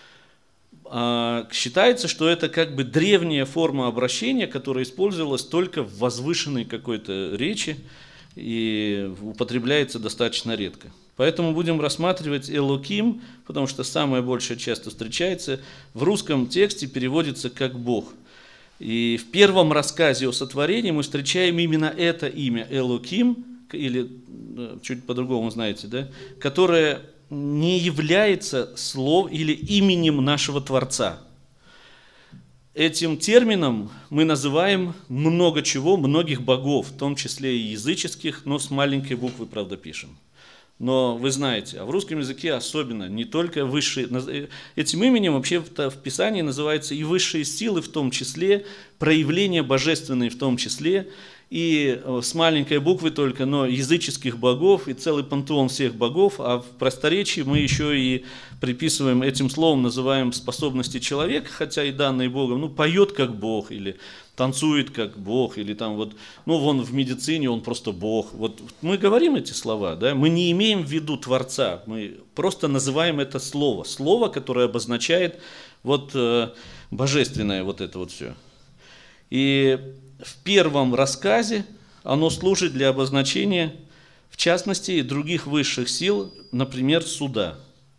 А, считается, что это как бы древняя форма обращения, которая использовалась только в возвышенной какой-то речи и употребляется достаточно редко. Поэтому будем рассматривать «элоким», потому что самое большее часто встречается, в русском тексте переводится как «Бог». И в первом рассказе о сотворении мы встречаем именно это имя Элоким, или чуть по-другому знаете, да, которое не является словом или именем нашего Творца. Этим термином мы называем много чего, многих богов, в том числе и языческих, но с маленькой буквы, правда, пишем. Но вы знаете, а в русском языке особенно, не только высшие, этим именем вообще в Писании называются и высшие силы, в том числе, проявления божественные в том числе, и с маленькой буквы только, но языческих богов и целый пантеон всех богов, а в просторечии мы еще и приписываем этим словом, называем способности человека, хотя и данные Богом, ну, поет как Бог, или танцует как Бог, или там вот, ну, вон в медицине он просто Бог. Вот мы говорим эти слова, да, мы не имеем в виду Творца, мы просто называем это слово, слово, которое обозначает вот э, божественное вот это вот все. И в первом рассказе оно служит для обозначения, в частности, других высших сил, например, суда.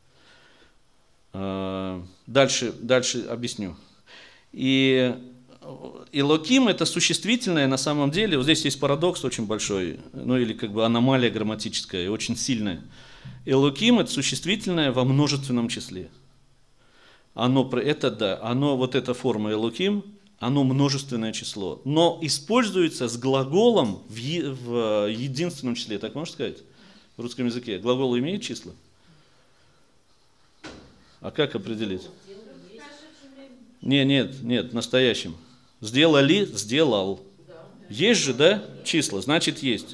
Дальше, дальше объясню. И Элоким – это существительное на самом деле. Вот здесь есть парадокс очень большой, ну или как бы аномалия грамматическая, и очень сильная. Элоким – это существительное во множественном числе. Оно, это да, оно, вот эта форма Элоким, оно множественное число, но используется с глаголом в, е, в единственном числе, так можно сказать, в русском языке. Глаголы имеют числа? А как определить? Нет, нет, нет, в настоящем. Сделали, сделал. Есть же, да, числа, значит есть.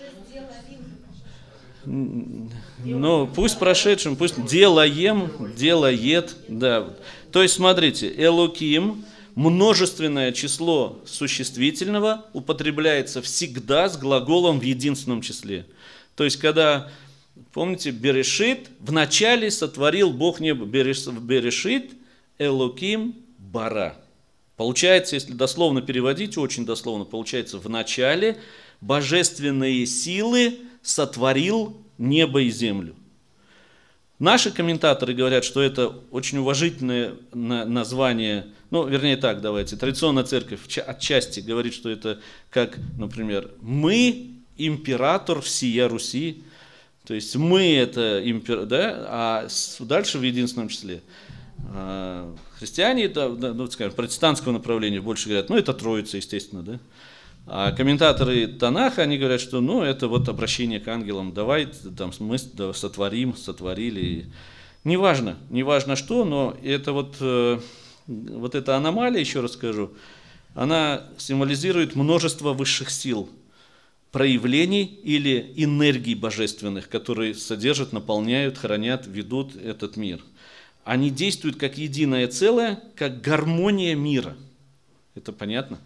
Ну, пусть в прошедшем, пусть делаем, делает, да. То есть, смотрите, Элоким, множественное число существительного употребляется всегда с глаголом в единственном числе. То есть, когда, помните, Берешит, вначале сотворил Бог небо, Берешит, Элоким, бара. Получается, если дословно переводить, очень дословно, получается, в начале божественные силы сотворил небо и землю. Наши комментаторы говорят, что это очень уважительное название, ну, вернее так, давайте, традиционная церковь отчасти говорит, что это как, например, мы император всея Руси, то есть мы это император, да, а дальше в единственном числе. Христиане, ну, скажем, протестантского направления больше говорят, ну, это Троица, естественно, да. А комментаторы Танаха, они говорят, что, ну, это вот обращение к ангелам, давай, там, мы сотворим, сотворили. Неважно, неважно что, но это вот, вот эта аномалия, еще раз скажу, она символизирует множество высших сил, проявлений или энергий божественных, которые содержат, наполняют, хранят, ведут этот мир. Они действуют как единое целое, как гармония мира. Это понятно?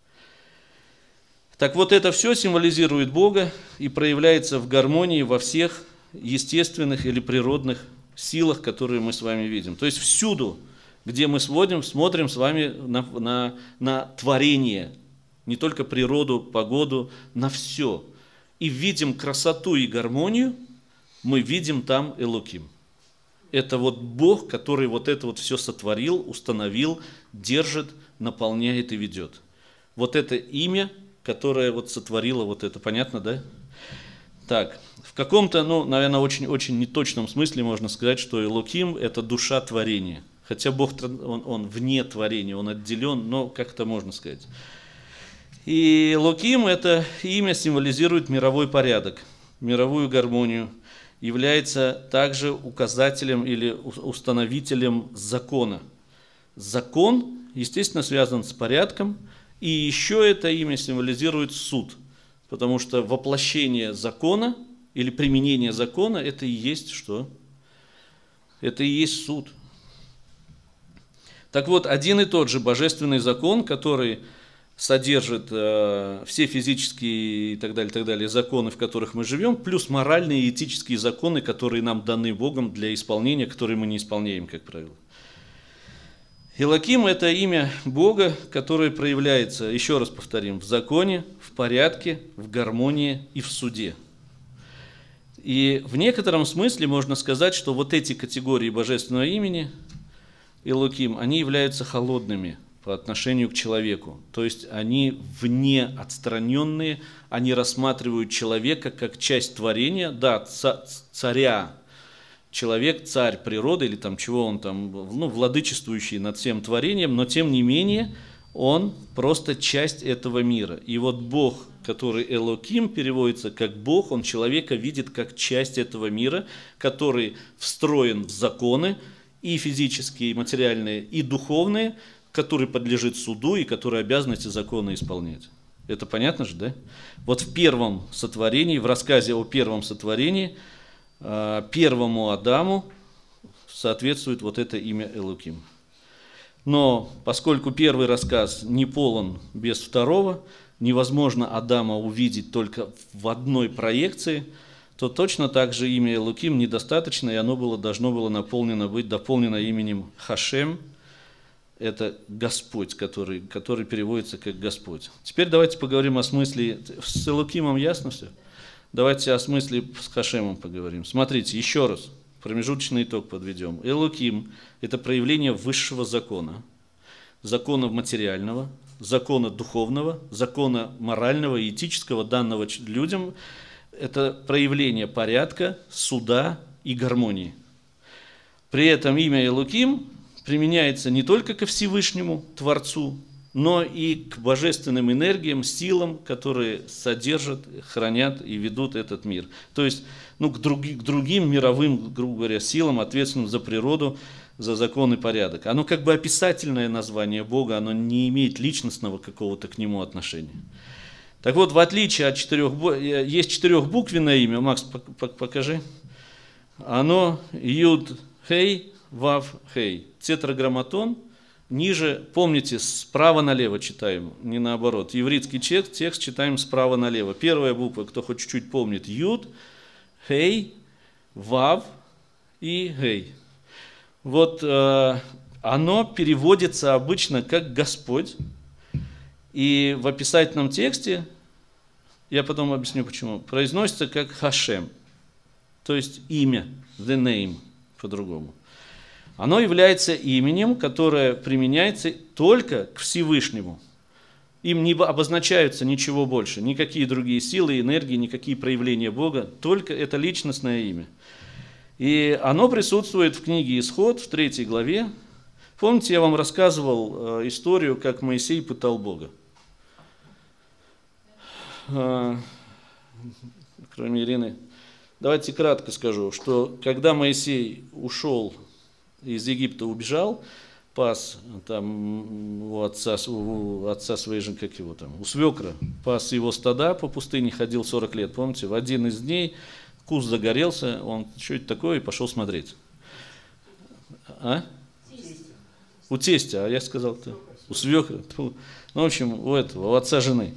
Так вот, это все символизирует Бога и проявляется в гармонии во всех естественных или природных силах, которые мы с вами видим. То есть всюду, где мы сводим, смотрим с вами на, на, на творение, не только природу, погоду, на все, и видим красоту и гармонию, мы видим там Элоким. Это вот Бог, который вот это вот все сотворил, установил, держит, наполняет и ведет. Вот это имя, которое вот сотворило вот это, понятно, да? Так, в каком-то, ну, наверное, очень-очень неточном смысле можно сказать, что Элоким – это душа творения. Хотя Бог, он, он вне творения, он отделен, но как это можно сказать. И Элоким – это имя символизирует мировой порядок, мировую гармонию, является также указателем или установителем закона. Закон, естественно, связан с порядком, и еще это имя символизирует суд, потому что воплощение закона или применение закона – это и есть что? Это и есть суд. Так вот, один и тот же божественный закон, который содержит э, все физические и так далее, так далее законы, в которых мы живем, плюс моральные и этические законы, которые нам даны Богом для исполнения, которые мы не исполняем, как правило. Элоким – это имя Бога, которое проявляется, еще раз повторим, в законе, в порядке, в гармонии и в суде. И в некотором смысле можно сказать, что вот эти категории божественного имени, Элоким, они являются холодными по отношению к человеку. То есть они вне отстраненные, они рассматривают человека как часть творения, да, царя. Человек, царь природы, или там чего он там, ну, владычествующий над всем творением, но тем не менее он просто часть этого мира. И вот Бог, который Элоким переводится как Бог, он человека видит как часть этого мира, который встроен в законы, и физические, и материальные, и духовные, который подлежит суду и который обязан эти законы исполнять. Это понятно же, да? Вот в первом сотворении, в рассказе о первом сотворении, первому Адаму соответствует вот это имя Элоким. Но поскольку первый рассказ не полон без второго, невозможно Адама увидеть только в одной проекции, то точно так же имя Элоким недостаточно, и оно было, должно было наполнено быть, дополнено именем Хашем, это Господь, который, который переводится как Господь. Теперь давайте поговорим о смысле, с Элокимом ясно все? Давайте о смысле с Хашемом поговорим. Смотрите, еще раз, промежуточный итог подведем. Элоким – это проявление высшего закона, закона материального, закона духовного, закона морального и этического, данного людям. Это проявление порядка, суда и гармонии. При этом имя Элоким применяется не только ко Всевышнему Творцу, но и к божественным энергиям, силам, которые содержат, хранят и ведут этот мир. То есть ну, к, други, к другим мировым, грубо говоря, силам, ответственным за природу, за закон и порядок. Оно как бы описательное название Бога, оно не имеет личностного какого-то к нему отношения. Так вот, в отличие от четырех, есть четырехбуквенное имя, Макс, покажи. Оно Юд, Хей, Вав, Хей. Тетраграмматон. Ниже, помните, справа налево читаем, не наоборот. Еврейский текст, текст читаем справа налево. Первая буква, кто хоть чуть-чуть помнит, Юд, Хей, Вав и Гей. Вот э, оно переводится обычно как Господь. И в описательном тексте, я потом объясню почему, произносится как Хашем. То есть имя, the name, по-другому. Оно является именем, которое применяется только к Всевышнему. Им не обозначаются ничего больше, никакие другие силы, энергии, никакие проявления Бога, только это личностное имя. И оно присутствует в книге «Исход» в третьей главе. Помните, я вам рассказывал э, историю, как Моисей пытал Бога? Э, кроме Ирины. Давайте кратко скажу, что когда Моисей ушел из Египта, убежал, пас там у отца, у отца своей жены, как его там, у свекра, пас его стада по пустыне, ходил сорок лет, помните, в один из дней куст загорелся, он, что это такое, и пошел смотреть. А? У тестя, а я сказал-то, у свекра, ну, в общем, у этого, у отца жены.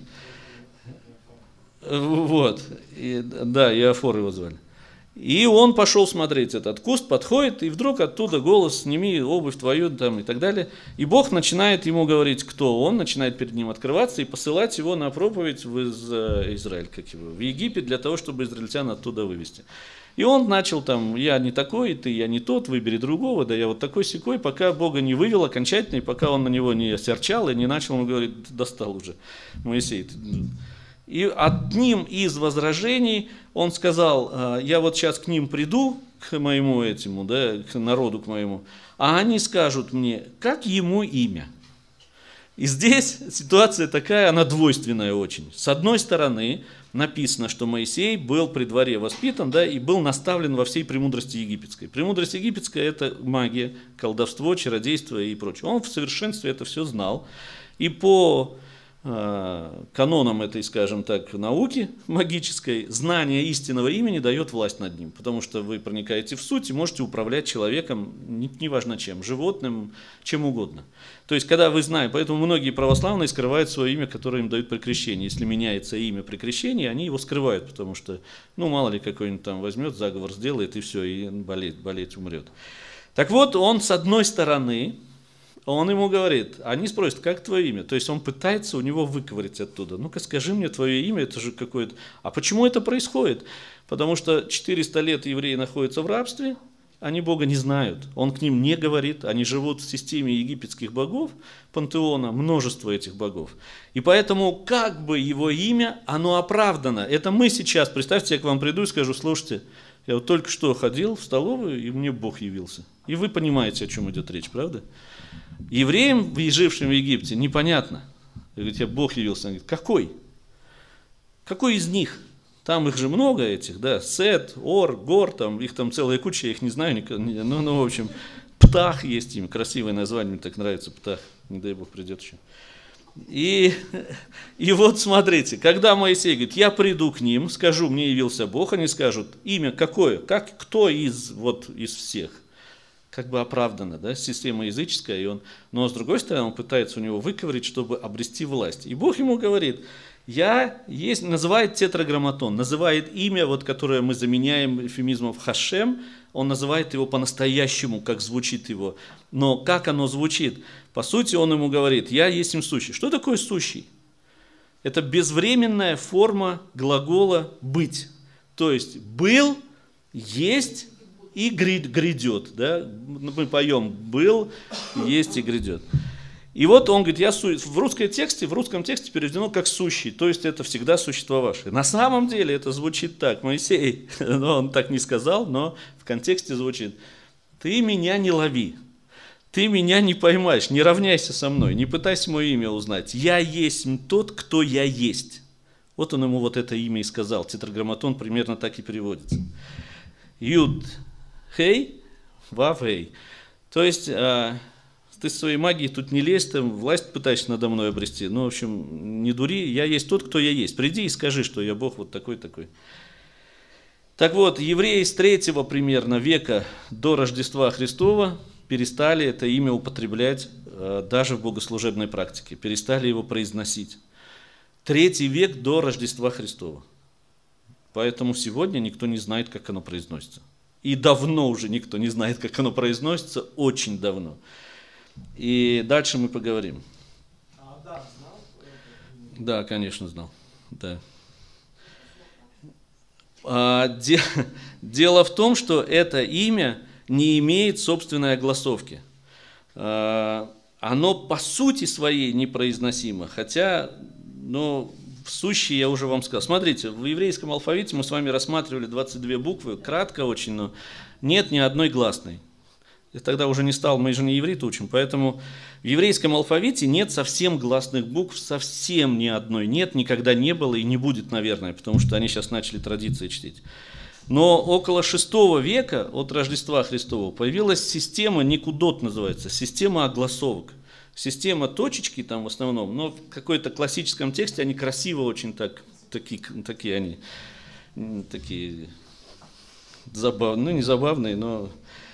Вот, и, да, Иофор его звали. И он пошел смотреть этот куст, подходит, и вдруг оттуда голос: «Сними обувь твою», там, и так далее. И Бог начинает ему говорить, кто он, начинает перед ним открываться и посылать его на проповедь в Израиль, как его, в Египет, для того, чтобы израильтян оттуда вывести. И он начал там: «Я не такой, ты, я не тот, выбери другого, да я вот такой-сякой», пока Бога не вывел окончательно, и пока он на него не осерчал и не начал ему говорить: «Достал уже, Моисей». И одним из возражений он сказал: «Я вот сейчас к ним приду, к моему этому, да, к народу к моему, а они скажут мне, как ему имя». И здесь ситуация такая, она двойственная очень. С одной стороны, написано, что Моисей был при дворе воспитан, да, и был наставлен во всей премудрости египетской. Премудрость египетская – это магия, колдовство, чародейство и прочее. Он в совершенстве это все знал. И по канонам этой, скажем так, науки магической, знание истинного имени дает власть над ним, потому что вы проникаете в суть и можете управлять человеком, неважно чем, животным, чем угодно. То есть, когда вы знаете, поэтому многие православные скрывают свое имя, которое им дают при крещении. Если меняется имя при крещении, они его скрывают, потому что, ну, мало ли, какой-нибудь там возьмет, заговор сделает, и все, и болеть, болеть умрет. Так вот, он, с одной стороны, он ему говорит, они спросят, как твое имя? То есть он пытается у него выковырять оттуда. Ну-ка скажи мне твое имя, это же какое-то... А почему это происходит? Потому что четыреста лет евреи находятся в рабстве, они Бога не знают, он к ним не говорит, они живут в системе египетских богов, пантеона, множество этих богов. И поэтому как бы его имя, оно оправдано. Это мы сейчас, представьте, я к вам приду и скажу: слушайте, я вот только что ходил в столовую, и мне Бог явился. И вы понимаете, о чем идет речь, правда? Евреям, жившим в Египте, непонятно. Говорит, я Бог явился. Он говорит, какой? Какой из них? Там их же много этих, да, Сет, Ор, Гор, там, их там целая куча, я их не знаю, ну, ну, в общем, Птах есть им, красивое название, мне так нравится, Птах, не дай Бог придет еще. И, и вот смотрите, когда Моисей говорит, я приду к ним, скажу, мне явился Бог, они скажут, имя какое, как, кто из, вот, из всех? Как бы оправдано, да, система языческая, и он, но с другой стороны он пытается у него выковырять, чтобы обрести власть. И Бог ему говорит, Я есть, называет тетраграмматон, называет имя, вот, которое мы заменяем эвфемизмом Хашем, он называет его по-настоящему, как звучит его. Но как оно звучит? По сути, он ему говорит, я есть им сущий. Что такое сущий? Это безвременная форма глагола «быть». То есть «был», «есть» и «грядет». Да? Мы поем «был», «есть» и «грядет». И вот он говорит, я су... в русском тексте, в русском тексте переведено как «сущий», то есть это всегда существовавший. На самом деле это звучит так, Моисей, но он так не сказал, но в контексте звучит, ты меня не лови, ты меня не поймаешь, не равняйся со мной, не пытайся мое имя узнать, я есть тот, кто я есть. Вот он ему вот это имя и сказал, тетраграмматон примерно так и переводится. Юд, хей, вав, хей. То есть... Ты со своей магией тут не лезь, там власть пытаешься надо мной обрести. Ну, в общем, не дури, я есть тот, кто я есть. Приди и скажи, что я Бог вот такой-такой. Так вот, евреи с третьего примерно века до Рождества Христова перестали это имя употреблять э, даже в богослужебной практике, перестали его произносить. Третий век до Рождества Христова. Поэтому сегодня никто не знает, как оно произносится. И давно уже никто не знает, как оно произносится, очень давно. И дальше мы поговорим. А Адам знал? Да, конечно, знал. Да. А, де, дело в том, что это имя не имеет собственной огласовки. А, оно по сути своей непроизносимо, хотя, ну, в сущей я уже вам сказал. Смотрите, в еврейском алфавите мы с вами рассматривали двадцать две буквы, кратко очень, но нет ни одной гласной. Я тогда уже не стал, мы же не иврит учим, поэтому в еврейском алфавите нет совсем гласных букв, совсем ни одной нет, никогда не было и не будет, наверное, потому что они сейчас начали традиции чтить. Но около шестого века от Рождества Христова появилась система, никудот называется, система огласовок. Система точечки там в основном, но в какой-то классическом тексте они красиво очень так, такие, такие они, такие забавные, ну не забавные, но...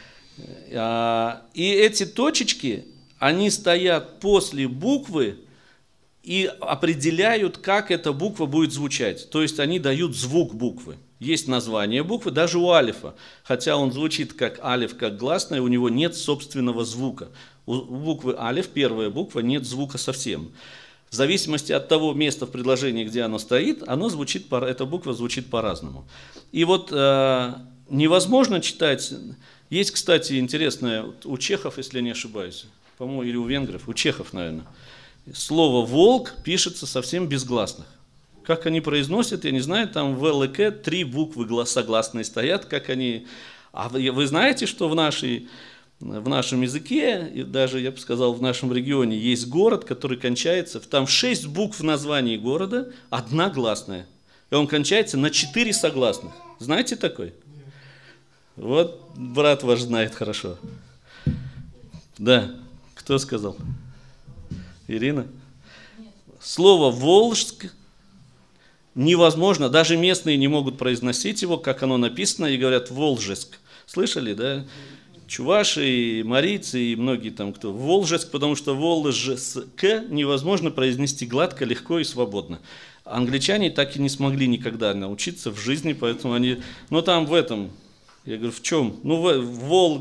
И эти точечки, они стоят после буквы и определяют, как эта буква будет звучать. То есть они дают звук буквы. Есть название буквы, даже у алифа. Хотя он звучит как алиф, как гласная, у него нет собственного звука. У буквы алиф, первая буква, нет звука совсем. В зависимости от того места в предложении, где оно стоит, оно звучит, эта буква звучит по-разному. И вот э, невозможно читать... Есть, кстати, интересное, у чехов, если я не ошибаюсь, по-моему, или у венгров, у чехов, наверное, слово «волк» пишется совсем без гласных. Как они произносят, я не знаю, там в эл и к три буквы согласные стоят, как они... А вы, вы знаете, что в, нашей, в нашем языке, и даже, я бы сказал, в нашем регионе есть город, который кончается, там шесть букв в названии города, одна гласная, и он кончается на четыре согласных. Знаете такой? Вот брат ваш знает хорошо. Да, кто сказал? Ирина? Слово «волжск» невозможно, даже местные не могут произносить его, как оно написано, и говорят «волжеск». Слышали, да? Чуваши, марийцы и многие там кто. «Волжеск», потому что «волжск» невозможно произнести гладко, легко и свободно. Англичане так и не смогли никогда научиться в жизни, поэтому они... Ну там в этом... Я говорю, в чем? Ну, вол,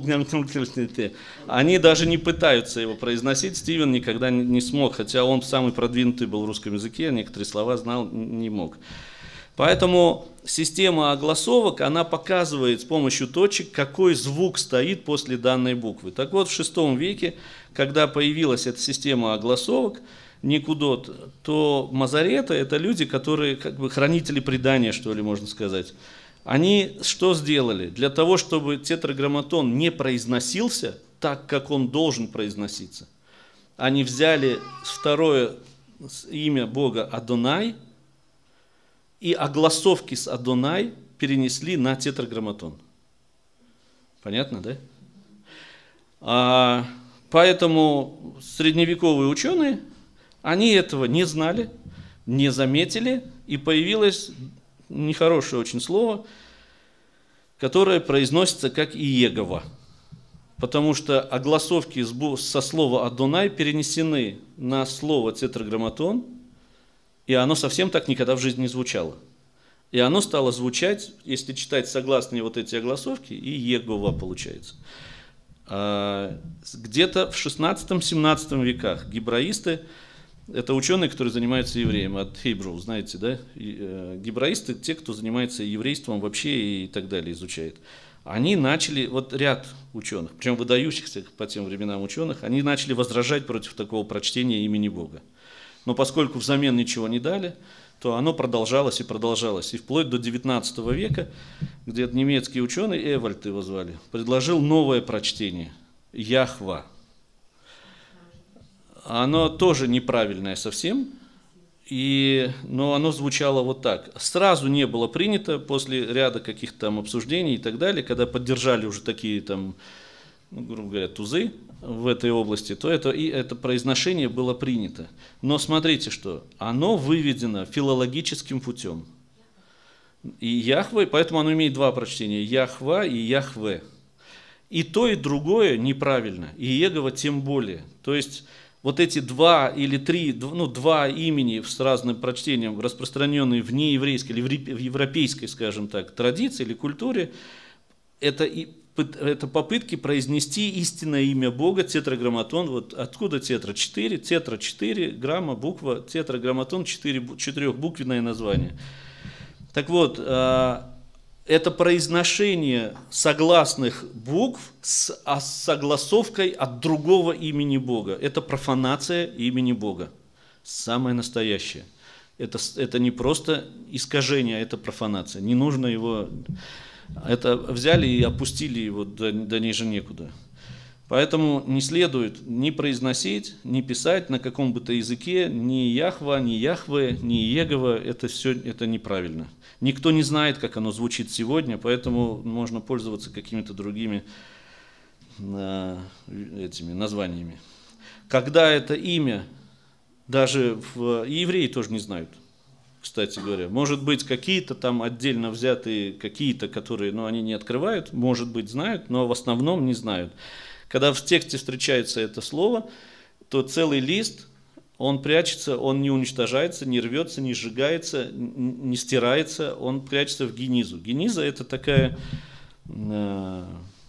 они даже не пытаются его произносить. Стивен никогда не смог, хотя он самый продвинутый был в русском языке, некоторые слова знал, не мог. Поэтому система огласовок, она показывает с помощью точек, какой звук стоит после данной буквы. Так вот, в шестом веке, когда появилась эта система огласовок, никудот, то мазареты – это люди, которые как бы хранители предания, что ли, можно сказать. Они что сделали? Для того, чтобы тетраграмматон не произносился так, как он должен произноситься, они взяли второе имя Бога Адонай и огласовки с Адонай перенесли на тетраграмматон. Понятно, да? А, поэтому средневековые ученые, они этого не знали, не заметили, и появилось... нехорошее очень слово, которое произносится как «Иегова». Потому что огласовки со слова «Адонай» перенесены на слово тетраграмматон, И оно совсем так никогда в жизни не звучало. И оно стало звучать, если читать согласные вот эти огласовки, и Егова получается. А где-то в шестнадцатом-семнадцатом веках гебраисты, это ученые, которые занимаются евреем, от Hebrew, знаете, да? Гебраисты, те, кто занимается еврейством вообще и так далее, изучает. Они начали, вот ряд ученых, причем выдающихся по тем временам ученых, они начали возражать против такого прочтения имени Бога. Но поскольку взамен ничего не дали, то оно продолжалось и продолжалось. И вплоть до девятнадцатого века, где немецкий ученый, Эвальд его звали, предложил новое прочтение – Яхва. Оно тоже неправильное совсем, и, но оно звучало вот так. Сразу не было принято после ряда каких-то там обсуждений и так далее, когда поддержали уже такие там, ну, грубо говоря, тузы в этой области, то это, и это произношение было принято. Но смотрите, что оно выведено филологическим путем. И Яхве, поэтому оно имеет два прочтения – Яхва и Яхве. И то, и другое неправильно, и Егова тем более. То есть вот эти два или три, ну, два имени с разным прочтением, распространенные в нееврейской или в европейской, скажем так, традиции или культуре, это, это попытки произнести истинное имя Бога, тетраграмматон. Вот откуда тетра? Четыре, тетра четыре, грамма, буква, тетраграмматон, четыре, четырехбуквенное название. Так вот, это произношение согласных букв с согласовкой от другого имени Бога. Это профанация имени Бога. Самое настоящее. Это, это не просто искажение, а это профанация. Не нужно его... Это взяли и опустили его до, до ниже некуда. Поэтому не следует ни произносить, ни писать на каком бы то языке ни Яхва, ни Яхве, ни Егова. Это все это неправильно. Никто не знает, как оно звучит сегодня, поэтому можно пользоваться какими-то другими э, этими названиями. Когда это имя, даже в, евреи тоже не знают, кстати говоря. Может быть, какие-то там отдельно взятые, какие-то, которые, ну, они не открывают, может быть, знают, но в основном не знают. Когда в тексте встречается это слово, то целый лист, он прячется, он не уничтожается, не рвется, не сжигается, не стирается, он прячется в генизу. Гениза – это такая, э,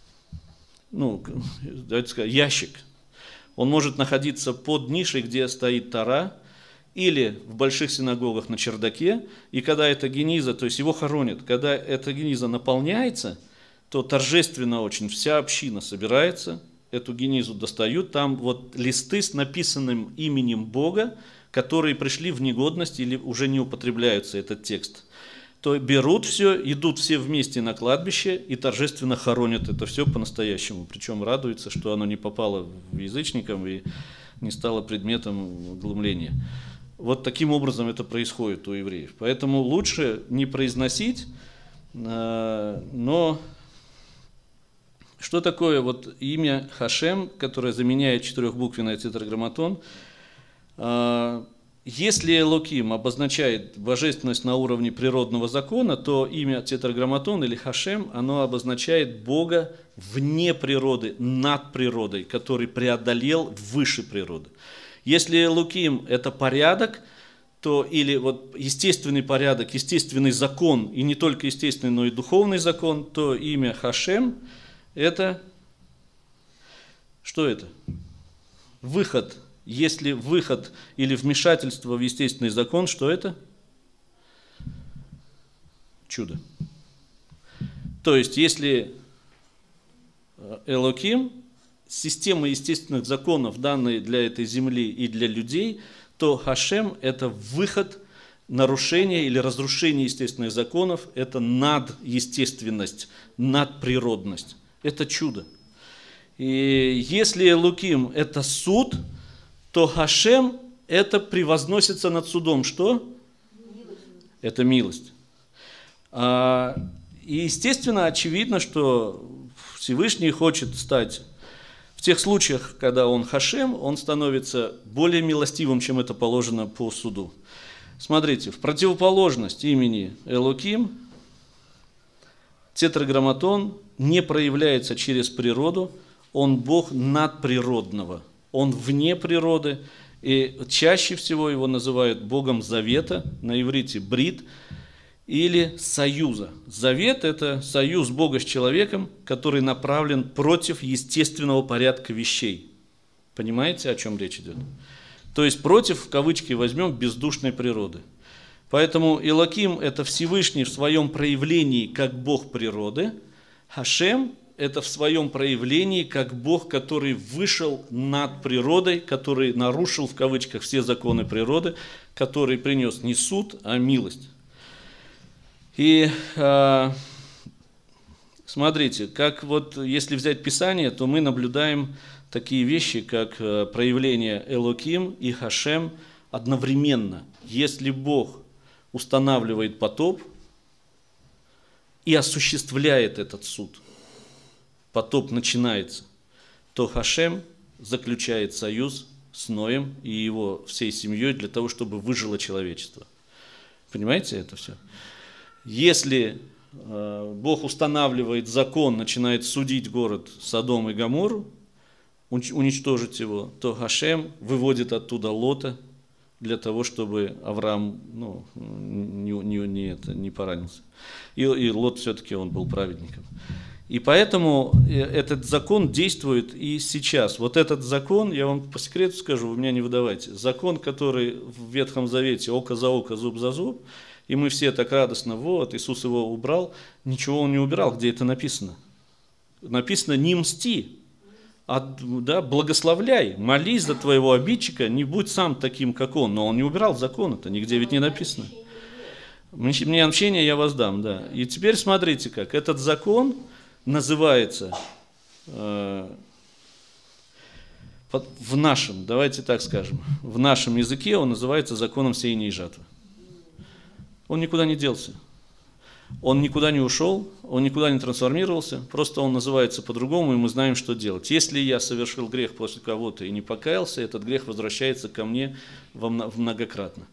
ну, давайте сказать, ящик. Он может находиться под нишей, где стоит Тора, или в больших синагогах на чердаке, и когда эта гениза, то есть его хоронят, когда эта гениза наполняется, то торжественно очень вся община собирается, эту генизу достают, там вот листы с написанным именем Бога, которые пришли в негодность или уже не употребляются, этот текст. То берут все, идут все вместе на кладбище и торжественно хоронят это все по-настоящему. Причем радуются, что оно не попало в язычникам и не стало предметом глумления. Вот таким образом это происходит у евреев. Поэтому лучше не произносить, но... Что такое вот имя Хашем, которое заменяет четырехбуквенный тетраграмматон? Если Элоким обозначает божественность на уровне природного закона, то имя тетраграмматон или Хашем, оно обозначает Бога вне природы, над природой, который преодолел выше природы. Если Элоким – это порядок, то или вот естественный порядок, естественный закон, и не только естественный, но и духовный закон, то имя Хашем – это, что это? Выход. Если выход или вмешательство в естественный закон, что это? Чудо. То есть, если Элоким, система естественных законов, данные для этой земли и для людей, то Хашем – это выход, нарушение или разрушение естественных законов, это надестественность, надприродность. Это чудо. И если Элоким – это суд, то Хашем – это превозносится над судом. Что? Милость. Это милость. А, и естественно, очевидно, что Всевышний хочет стать, в тех случаях, когда он Хашем, он становится более милостивым, чем это положено по суду. Смотрите, в противоположность имени Элоким, тетраграмматон не проявляется через природу, он Бог надприродного, он вне природы, И чаще всего его называют Богом Завета, на иврите брит, или союза. Завет – это союз Бога с человеком, который направлен против естественного порядка вещей. Понимаете, о чем речь идет? То есть против, в кавычки возьмем, бездушной природы. Поэтому Элоким – это Всевышний в своем проявлении как Бог природы, Хашем – это в своем проявлении как Бог, который вышел над природой, который нарушил, в кавычках, все законы природы, который принес не суд, а милость. И э, смотрите, как вот если взять Писание, то мы наблюдаем такие вещи, как э, проявление Элоким и Хашем одновременно. Если Бог устанавливает потоп и осуществляет этот суд, потоп начинается, то Хашем заключает союз с Ноем и его всей семьей для того, чтобы выжило человечество. Понимаете это все? Если э, Бог устанавливает закон, начинает судить город Содом и Гоморру, уничтожить его, то Хашем выводит оттуда Лота для того, чтобы Авраам ну, не, не, не, это, не поранился. И, и Лот все-таки он был праведником. И поэтому этот закон действует и сейчас. Вот этот закон, я вам по секрету скажу, вы меня не выдавайте. Закон, который в Ветхом Завете око за око, зуб за зуб, и мы все так радостно, вот, Иисус его убрал, ничего он не убирал, где это написано. Написано «не мсти», а, да, благословляй, молись за твоего обидчика, не будь сам таким, как он. Но он не убирал закон, это нигде ведь не написано. Мне общение я воздам, да. И теперь смотрите как, этот закон называется э, в нашем, давайте так скажем, в нашем языке он называется законом сеяния и жатвы. Он никуда не делся. Он никуда не ушел, он никуда не трансформировался, просто он называется по-другому, и мы знаем, что делать. Если я совершил грех после кого-то и не покаялся, этот грех возвращается ко мне многократно.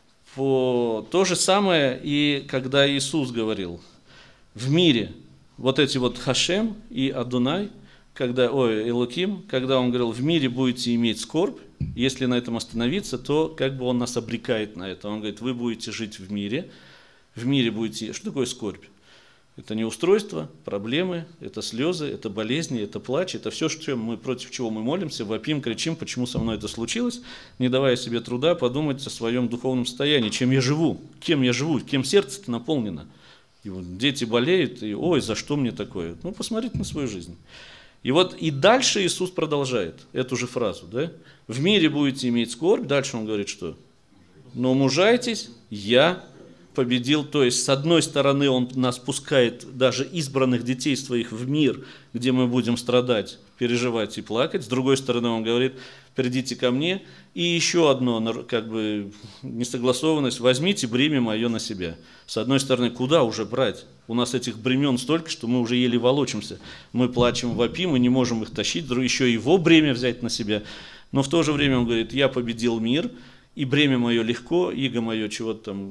То же самое и когда Иисус говорил, в мире вот эти вот Хашем и Адунай, когда, ой, Элоким, когда он говорил, в мире будете иметь скорбь, если на этом остановиться, то как бы он нас обрекает на это. Он говорит, вы будете жить в мире, в мире будете... Что такое скорбь? Это неустройство, проблемы, это слезы, это болезни, это плач, это все, что мы, против чего мы молимся, вопим, кричим, почему со мной это случилось, не давая себе труда подумать о своем духовном состоянии, чем я живу, кем я живу, кем сердце-то наполнено. И вот дети болеют, и ой, за что мне такое? Ну, посмотрите на свою жизнь. И вот и дальше Иисус продолжает эту же фразу, да? В мире будете иметь скорбь, дальше он говорит, что? Но мужайтесь, я победил, то есть с одной стороны он нас пускает, даже избранных детей своих, в мир, где мы будем страдать, переживать и плакать, с другой стороны он говорит, придите ко мне, и еще одно, как бы, несогласованность, возьмите бремя мое на себя. С одной стороны, куда уже брать? У нас этих бремен столько, что мы уже еле волочимся, мы плачем, вопим, и не можем их тащить, еще его бремя взять на себя, но в то же время он говорит, я победил мир, и бремя мое легко, иго мое чего-то там...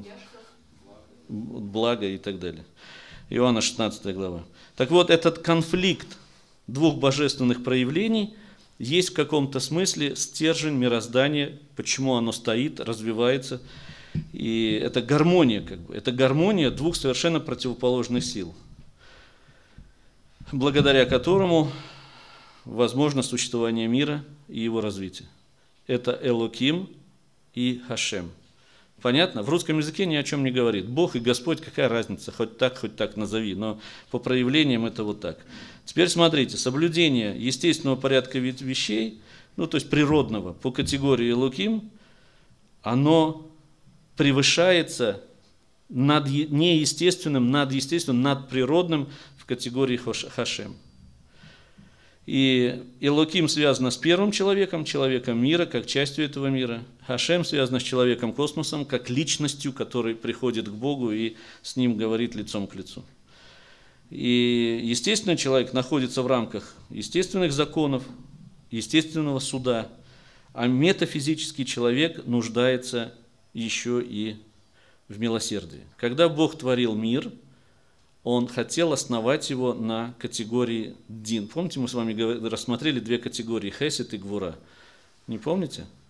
благо и так далее. Иоанна шестнадцатая глава. Так вот, этот конфликт двух божественных проявлений есть в каком-то смысле стержень мироздания, почему оно стоит, развивается. И это гармония, как бы, это гармония двух совершенно противоположных сил, благодаря которому возможно существование мира и его развитие. Это Элоким и Хашем. Понятно? В русском языке ни о чем не говорит. Бог и Господь, какая разница, хоть так, хоть так назови, но по проявлениям это вот так. Теперь смотрите, соблюдение естественного порядка вещей, ну то есть природного, по категории Элоким, оно превышается над неестественным, над естественным, над природным в категории Хашем. И Элоким связано с первым человеком, человеком мира, как частью этого мира. Хашем связано с человеком космосом, как личностью, который приходит к Богу и с ним говорит лицом к лицу. И естественный человек находится в рамках естественных законов, естественного суда, а метафизический человек нуждается еще и в милосердии. Когда Бог творил мир, Он хотел основать его на категории дин. Помните, мы с вами рассмотрели две категории, хесед и гвура. Не помните?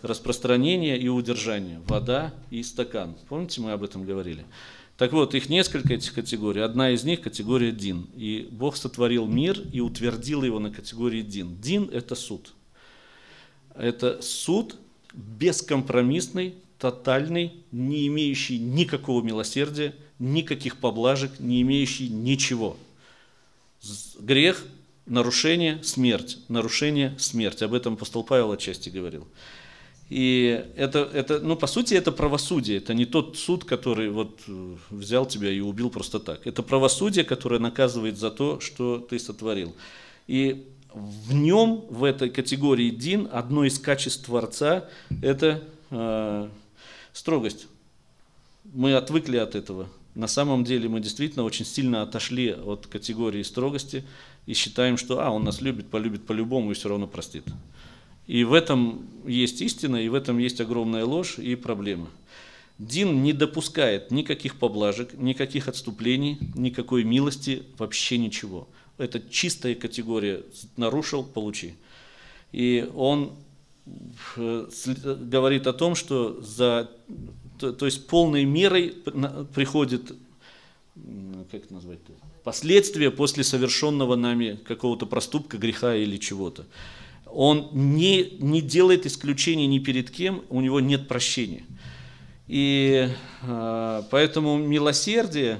распространение и удержание, вода и стакан. Помните, мы об этом говорили? Так вот, их несколько, этих категорий. Одна из них категория дин. И Бог сотворил мир и утвердил его на категории дин. Дин – это суд. Это суд бескомпромиссный, тотальный, не имеющий никакого милосердия, никаких поблажек, не имеющий ничего. Грех, нарушение, смерть. Нарушение, смерть. Об этом апостол Павел отчасти говорил. И это, это, ну, по сути, это правосудие. Это не тот суд, который вот взял тебя и убил просто так. Это правосудие, которое наказывает за то, что ты сотворил. И в нем, в этой категории дин, одно из качеств Творца – это э, строгость. Мы отвыкли от этого. На самом деле мы действительно очень сильно отошли от категории строгости и считаем, что а, он нас любит, полюбит по-любому и все равно простит. И в этом есть истина, и в этом есть огромная ложь и проблема. Дин не допускает никаких поблажек, никаких отступлений, никакой милости, вообще ничего. Это чистая категория. Нарушил – получи. И он говорит о том, что за, то, то есть полной мерой приходит, как это назвать, последствия после совершенного нами какого-то проступка, греха или чего-то. Он не, не делает исключений ни перед кем, у него нет прощения. И э, поэтому милосердие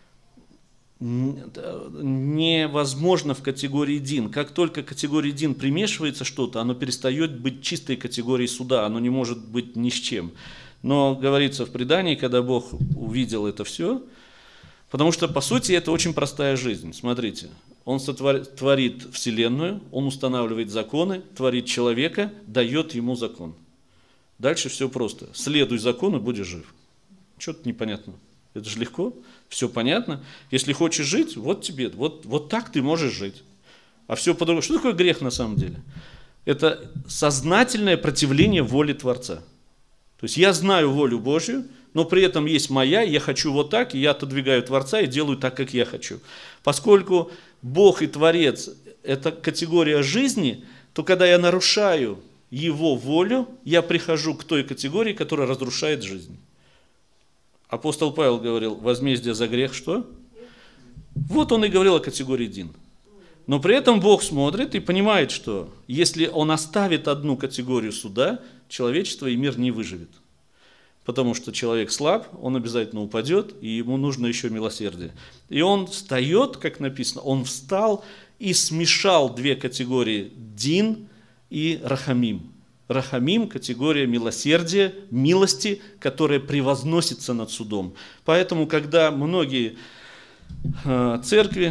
невозможно в категории дин. Как только категории дин примешивается что-то, оно перестает быть чистой категорией суда, оно не может быть ни с чем. Но говорится в предании, когда Бог увидел это все, потому что по сути это очень простая жизнь. Смотрите. Он сотворит Вселенную, он устанавливает законы, творит человека, дает ему закон. Дальше все просто. Следуй закону, будешь жив. Что-то непонятно. Это же легко, все понятно. Если хочешь жить, вот тебе, вот, вот так ты можешь жить. А все по-другому. Что такое грех на самом деле? Это сознательное противление воле Творца. То есть я знаю волю Божью, но при этом есть моя, я хочу вот так, и я отодвигаю Творца и делаю так, как я хочу. Поскольку Бог и Творец – это категория жизни, то когда я нарушаю Его волю, я прихожу к той категории, которая разрушает жизнь. Апостол Павел говорил, возмездие за грех что? Вот он и говорил о категории дин. Но при этом Бог смотрит и понимает, что если Он оставит одну категорию суда, человечество и мир не выживет. Потому что человек слаб, он обязательно упадет, и ему нужно еще милосердие. И он встает, как написано, он встал и смешал две категории дин и рахамим. Рахамим – категория милосердия, милости, которая превозносится над судом. Поэтому, когда многие э, церкви,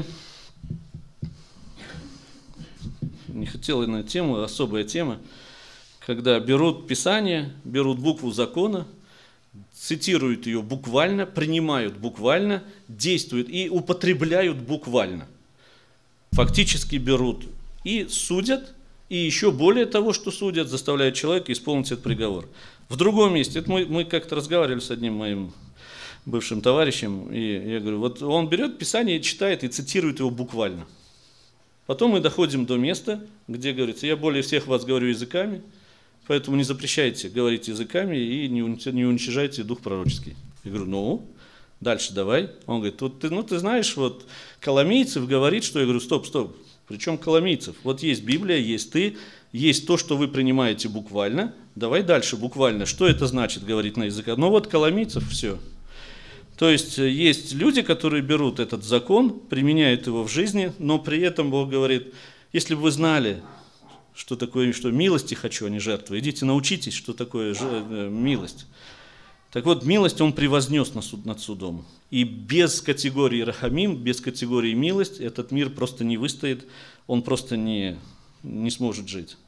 не хотел я на эту тему, особая тема, когда берут Писание, берут букву закона, цитируют ее буквально, принимают буквально, действуют и употребляют буквально. Фактически берут и судят, и еще более того, что судят, заставляют человека исполнить этот приговор. В другом месте, это мы, мы как-то разговаривали с одним моим бывшим товарищем, и я говорю, вот он берет Писание, читает и цитирует его буквально. Потом мы доходим до места, где говорится, я более всех вас говорю языками, поэтому не запрещайте говорить языками и не уничижайте дух пророческий. Я говорю, ну, дальше давай. Он говорит, вот ты, ну ты знаешь, вот Коломийцев говорит, что я говорю, стоп, стоп, причем Коломийцев? Вот есть Библия, есть ты, есть то, что вы принимаете буквально, давай дальше буквально. Что это значит, говорить на языках? Ну вот Коломийцев, все. То есть есть люди, которые берут этот закон, применяют его в жизни, но при этом Бог говорит, если бы вы знали, что такое, что милости хочу, а не жертвы. Идите научитесь, что такое милость. Так вот, милость Он превознес над судом. И без категории рахамим, без категории милость, этот мир просто не выстоит, он просто не, не сможет жить.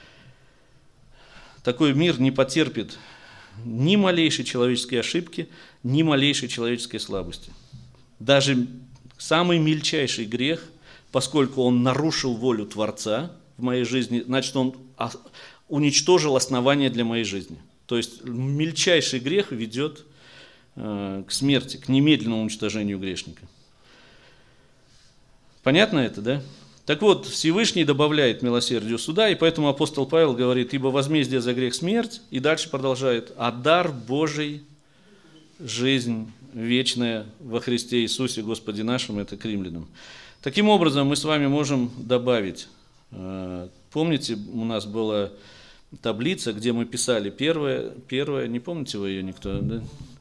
Такой мир не потерпит ни малейшей человеческой ошибки, ни малейшей человеческой слабости. Даже самый мельчайший грех, поскольку он нарушил волю Творца в моей жизни, значит, он уничтожил основание для моей жизни. То есть мельчайший грех ведет э, к смерти, к немедленному уничтожению грешника. Понятно это, да? Так вот, Всевышний добавляет милосердию суда, и поэтому апостол Павел говорит, ибо возмездие за грех смерть, и дальше продолжает, а дар Божий жизнь вечная во Христе Иисусе Господе нашим, это к римлянам. Таким образом, мы с вами можем добавить, помните, у нас была таблица, где мы писали первое, первое, не помните вы ее никто, да?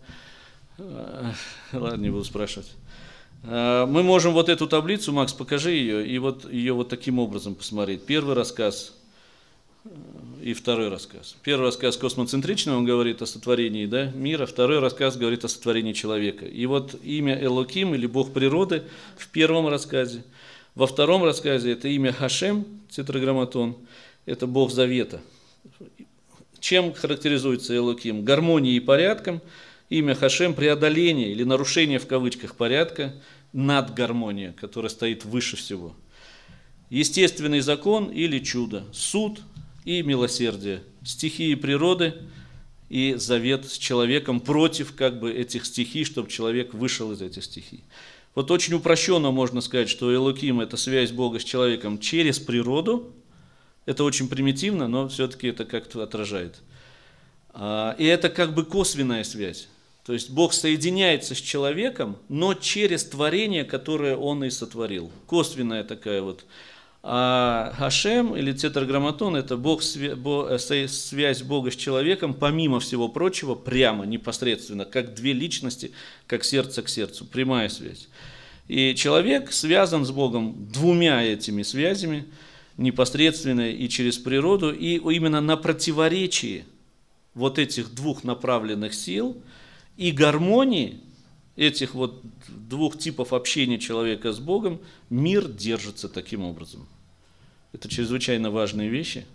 Ладно, не буду спрашивать. Мы можем вот эту таблицу, Макс, покажи ее, и вот ее вот таким образом посмотреть. Первый рассказ и второй рассказ. Первый рассказ космоцентричный, он говорит о сотворении, да, мира, второй рассказ говорит о сотворении человека. И вот имя Элоким, или Бог природы, в первом рассказе. Во втором рассказе это имя Хашем, тетраграмматон, это Бог завета. Чем характеризуется Элоким? Гармонией и порядком. Имя Хашем – преодоление или нарушение в кавычках порядка, надгармония, которая стоит выше всего. Естественный закон или чудо, суд и милосердие, стихии природы и завет с человеком против как бы этих стихий, чтобы человек вышел из этих стихий. Вот очень упрощенно можно сказать, что Элоким – это связь Бога с человеком через природу. Это очень примитивно, но все-таки это как-то отражает. И это как бы косвенная связь. То есть Бог соединяется с человеком, но через творение, которое Он и сотворил. Косвенная такая вот. А Хашем или тетраграмматон – это Бог, связь Бога с человеком, помимо всего прочего, прямо, непосредственно, как две личности, как сердце к сердцу, прямая связь. И человек связан с Богом двумя этими связями, непосредственно и через природу, и именно на противоречии вот этих двух направленных сил и гармонии этих вот двух типов общения человека с Богом мир держится таким образом. Это чрезвычайно важные вещи.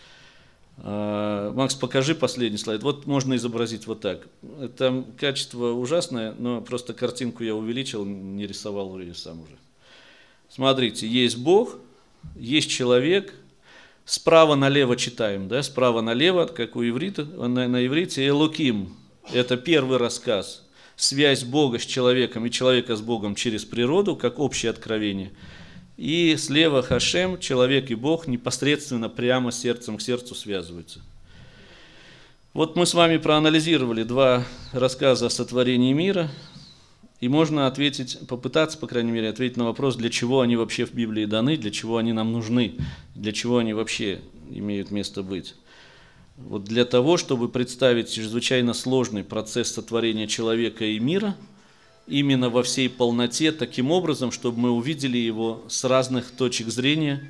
Макс, покажи последний слайд. Вот можно изобразить вот так. Там качество ужасное, но просто картинку я увеличил, не рисовал ее сам уже. Смотрите, есть Бог, есть человек. Справа налево читаем, да, справа налево, как у иврита, на, на иврите, Элоким. Это первый рассказ. Связь Бога с человеком и человека с Богом через природу, как общее откровение. И слева Хашем, человек и Бог непосредственно прямо сердцем к сердцу связываются. Вот мы с вами проанализировали два рассказа о сотворении мира. И можно ответить, попытаться, по крайней мере, ответить на вопрос, для чего они вообще в Библии даны, для чего они нам нужны, для чего они вообще имеют место быть. Вот для того, чтобы представить чрезвычайно сложный процесс сотворения человека и мира, именно во всей полноте, таким образом, чтобы мы увидели его с разных точек зрения,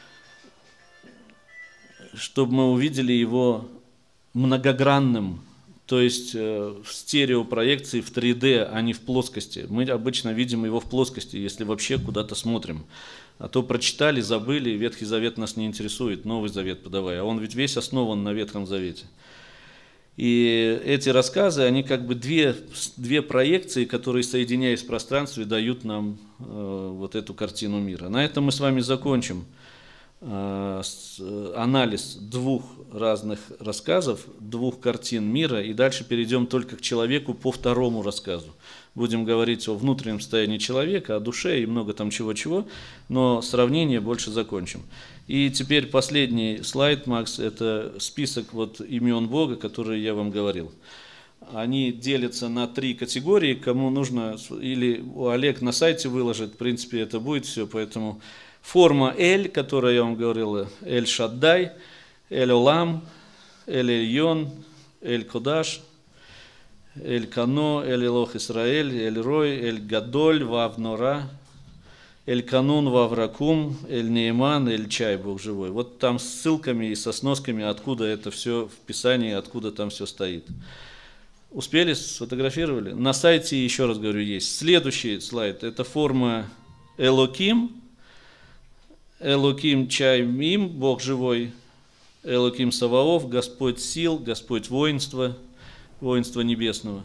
чтобы мы увидели его многогранным, то есть в стереопроекции, в три дэ, а не в плоскости. Мы обычно видим его в плоскости, если вообще куда-то смотрим. А то прочитали, забыли, Ветхий Завет нас не интересует, Новый Завет подавай. А он ведь весь основан на Ветхом Завете. И эти рассказы, они как бы две, две проекции, которые, соединяясь в пространстве, дают нам э, вот эту картину мира. На этом мы с вами закончим э, с, анализ двух разных рассказов, двух картин мира, и дальше перейдем только к человеку по второму рассказу. Будем говорить о внутреннем состоянии человека, о душе и много там чего-чего, но сравнение больше закончим. И теперь последний слайд, Макс, это список вот имен Бога, которые я вам говорил. Они делятся на три категории, кому нужно, или Олег на сайте выложит, в принципе это будет все, поэтому форма Эль, которая я вам говорил, Эль Шаддай, Эль Олам, Эль Эльон, Эль Кодаш, Эль Кано, Эль Элох Исраэль, Эль Рой, Эль Гадоль, Вав Нора, Эль Канун, Вав Ракум, Эль Нейман, Эль Чай, Бог живой. Вот там с ссылками и со сносками, откуда это все в Писании, откуда там все стоит. Успели, сфотографировали? На сайте, еще раз говорю, есть. Следующий слайд, это форма Элоким, Элоким Чай Мим, Бог живой, Элоким Саваоф, Господь сил, Господь воинства, воинства небесного.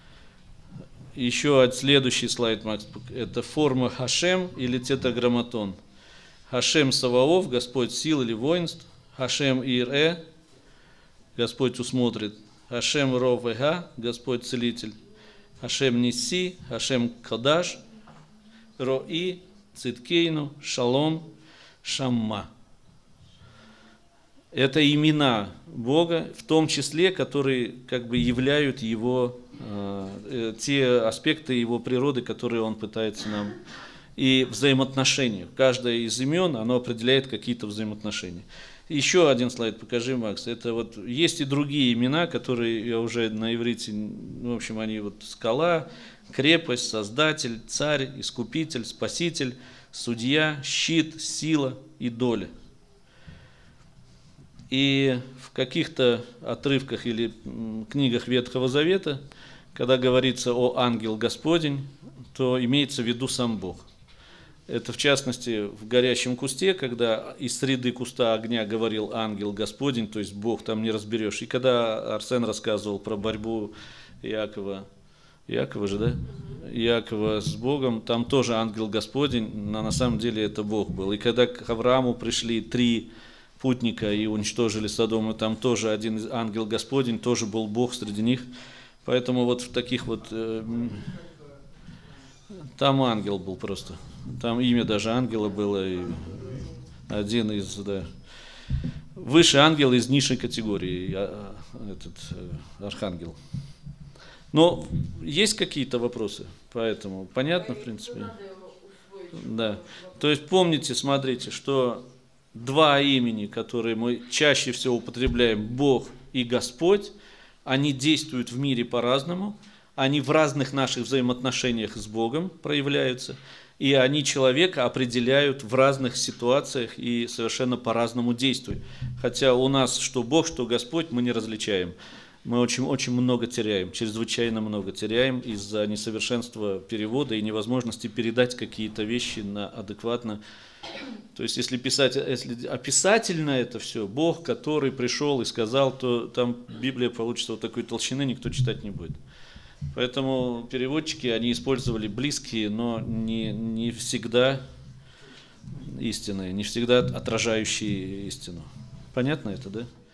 Еще следующий слайд, Макс, это форма Хашем или тетраграмматон. Хашем Саваоф, Господь сил или воинств. Хашем Ир-э, Господь усмотрит. Хашем Ро-вега, Господь целитель. Хашем Ниси, Хашем Кадаш, Ро-и, Циткейну, Шалом, Шамма. Это имена Бога, в том числе, которые как бы являют его, э, те аспекты его природы, которые он пытается нам, и взаимоотношения. Каждое из имен, оно определяет какие-то взаимоотношения. Еще один слайд покажи, Макс. Это вот есть и другие имена, которые я уже на иврите, в общем, они вот скала, крепость, создатель, царь, искупитель, спаситель, судья, щит, сила и доля. И в каких-то отрывках или книгах Ветхого Завета, когда говорится о ангел Господень, то имеется в виду сам Бог. Это в частности в горящем кусте, когда из среды куста огня говорил ангел Господень, то есть Бог, там не разберешь. И когда Арсен рассказывал про борьбу Иакова, Иакова же, да? Иакова с Богом, там тоже ангел Господень, но на самом деле это Бог был. И когда к Аврааму пришли три путника и уничтожили Содом, и там тоже один ангел Господень, тоже был Бог среди них. Поэтому вот в таких вот... Э, там ангел был просто. Там имя даже ангела было. И один из... Да, выше ангел из низшей категории. Этот архангел. Но есть какие-то вопросы? Поэтому понятно, в принципе? Да. То есть помните, смотрите, что два имени, которые мы чаще всего употребляем, Бог и Господь, они действуют в мире по-разному, они в разных наших взаимоотношениях с Богом проявляются, и они человека определяют в разных ситуациях и совершенно по-разному действуют. Хотя у нас что Бог, что Господь мы не различаем. Мы очень, очень много теряем, чрезвычайно много теряем из-за несовершенства перевода и невозможности передать какие-то вещи на адекватно. То есть, если писать, если описательно это все, Бог, который пришел и сказал, то там Библия получится вот такой толщины, никто читать не будет. Поэтому переводчики, они использовали близкие, но не, не всегда истинные, не всегда отражающие истину. Понятно это, да?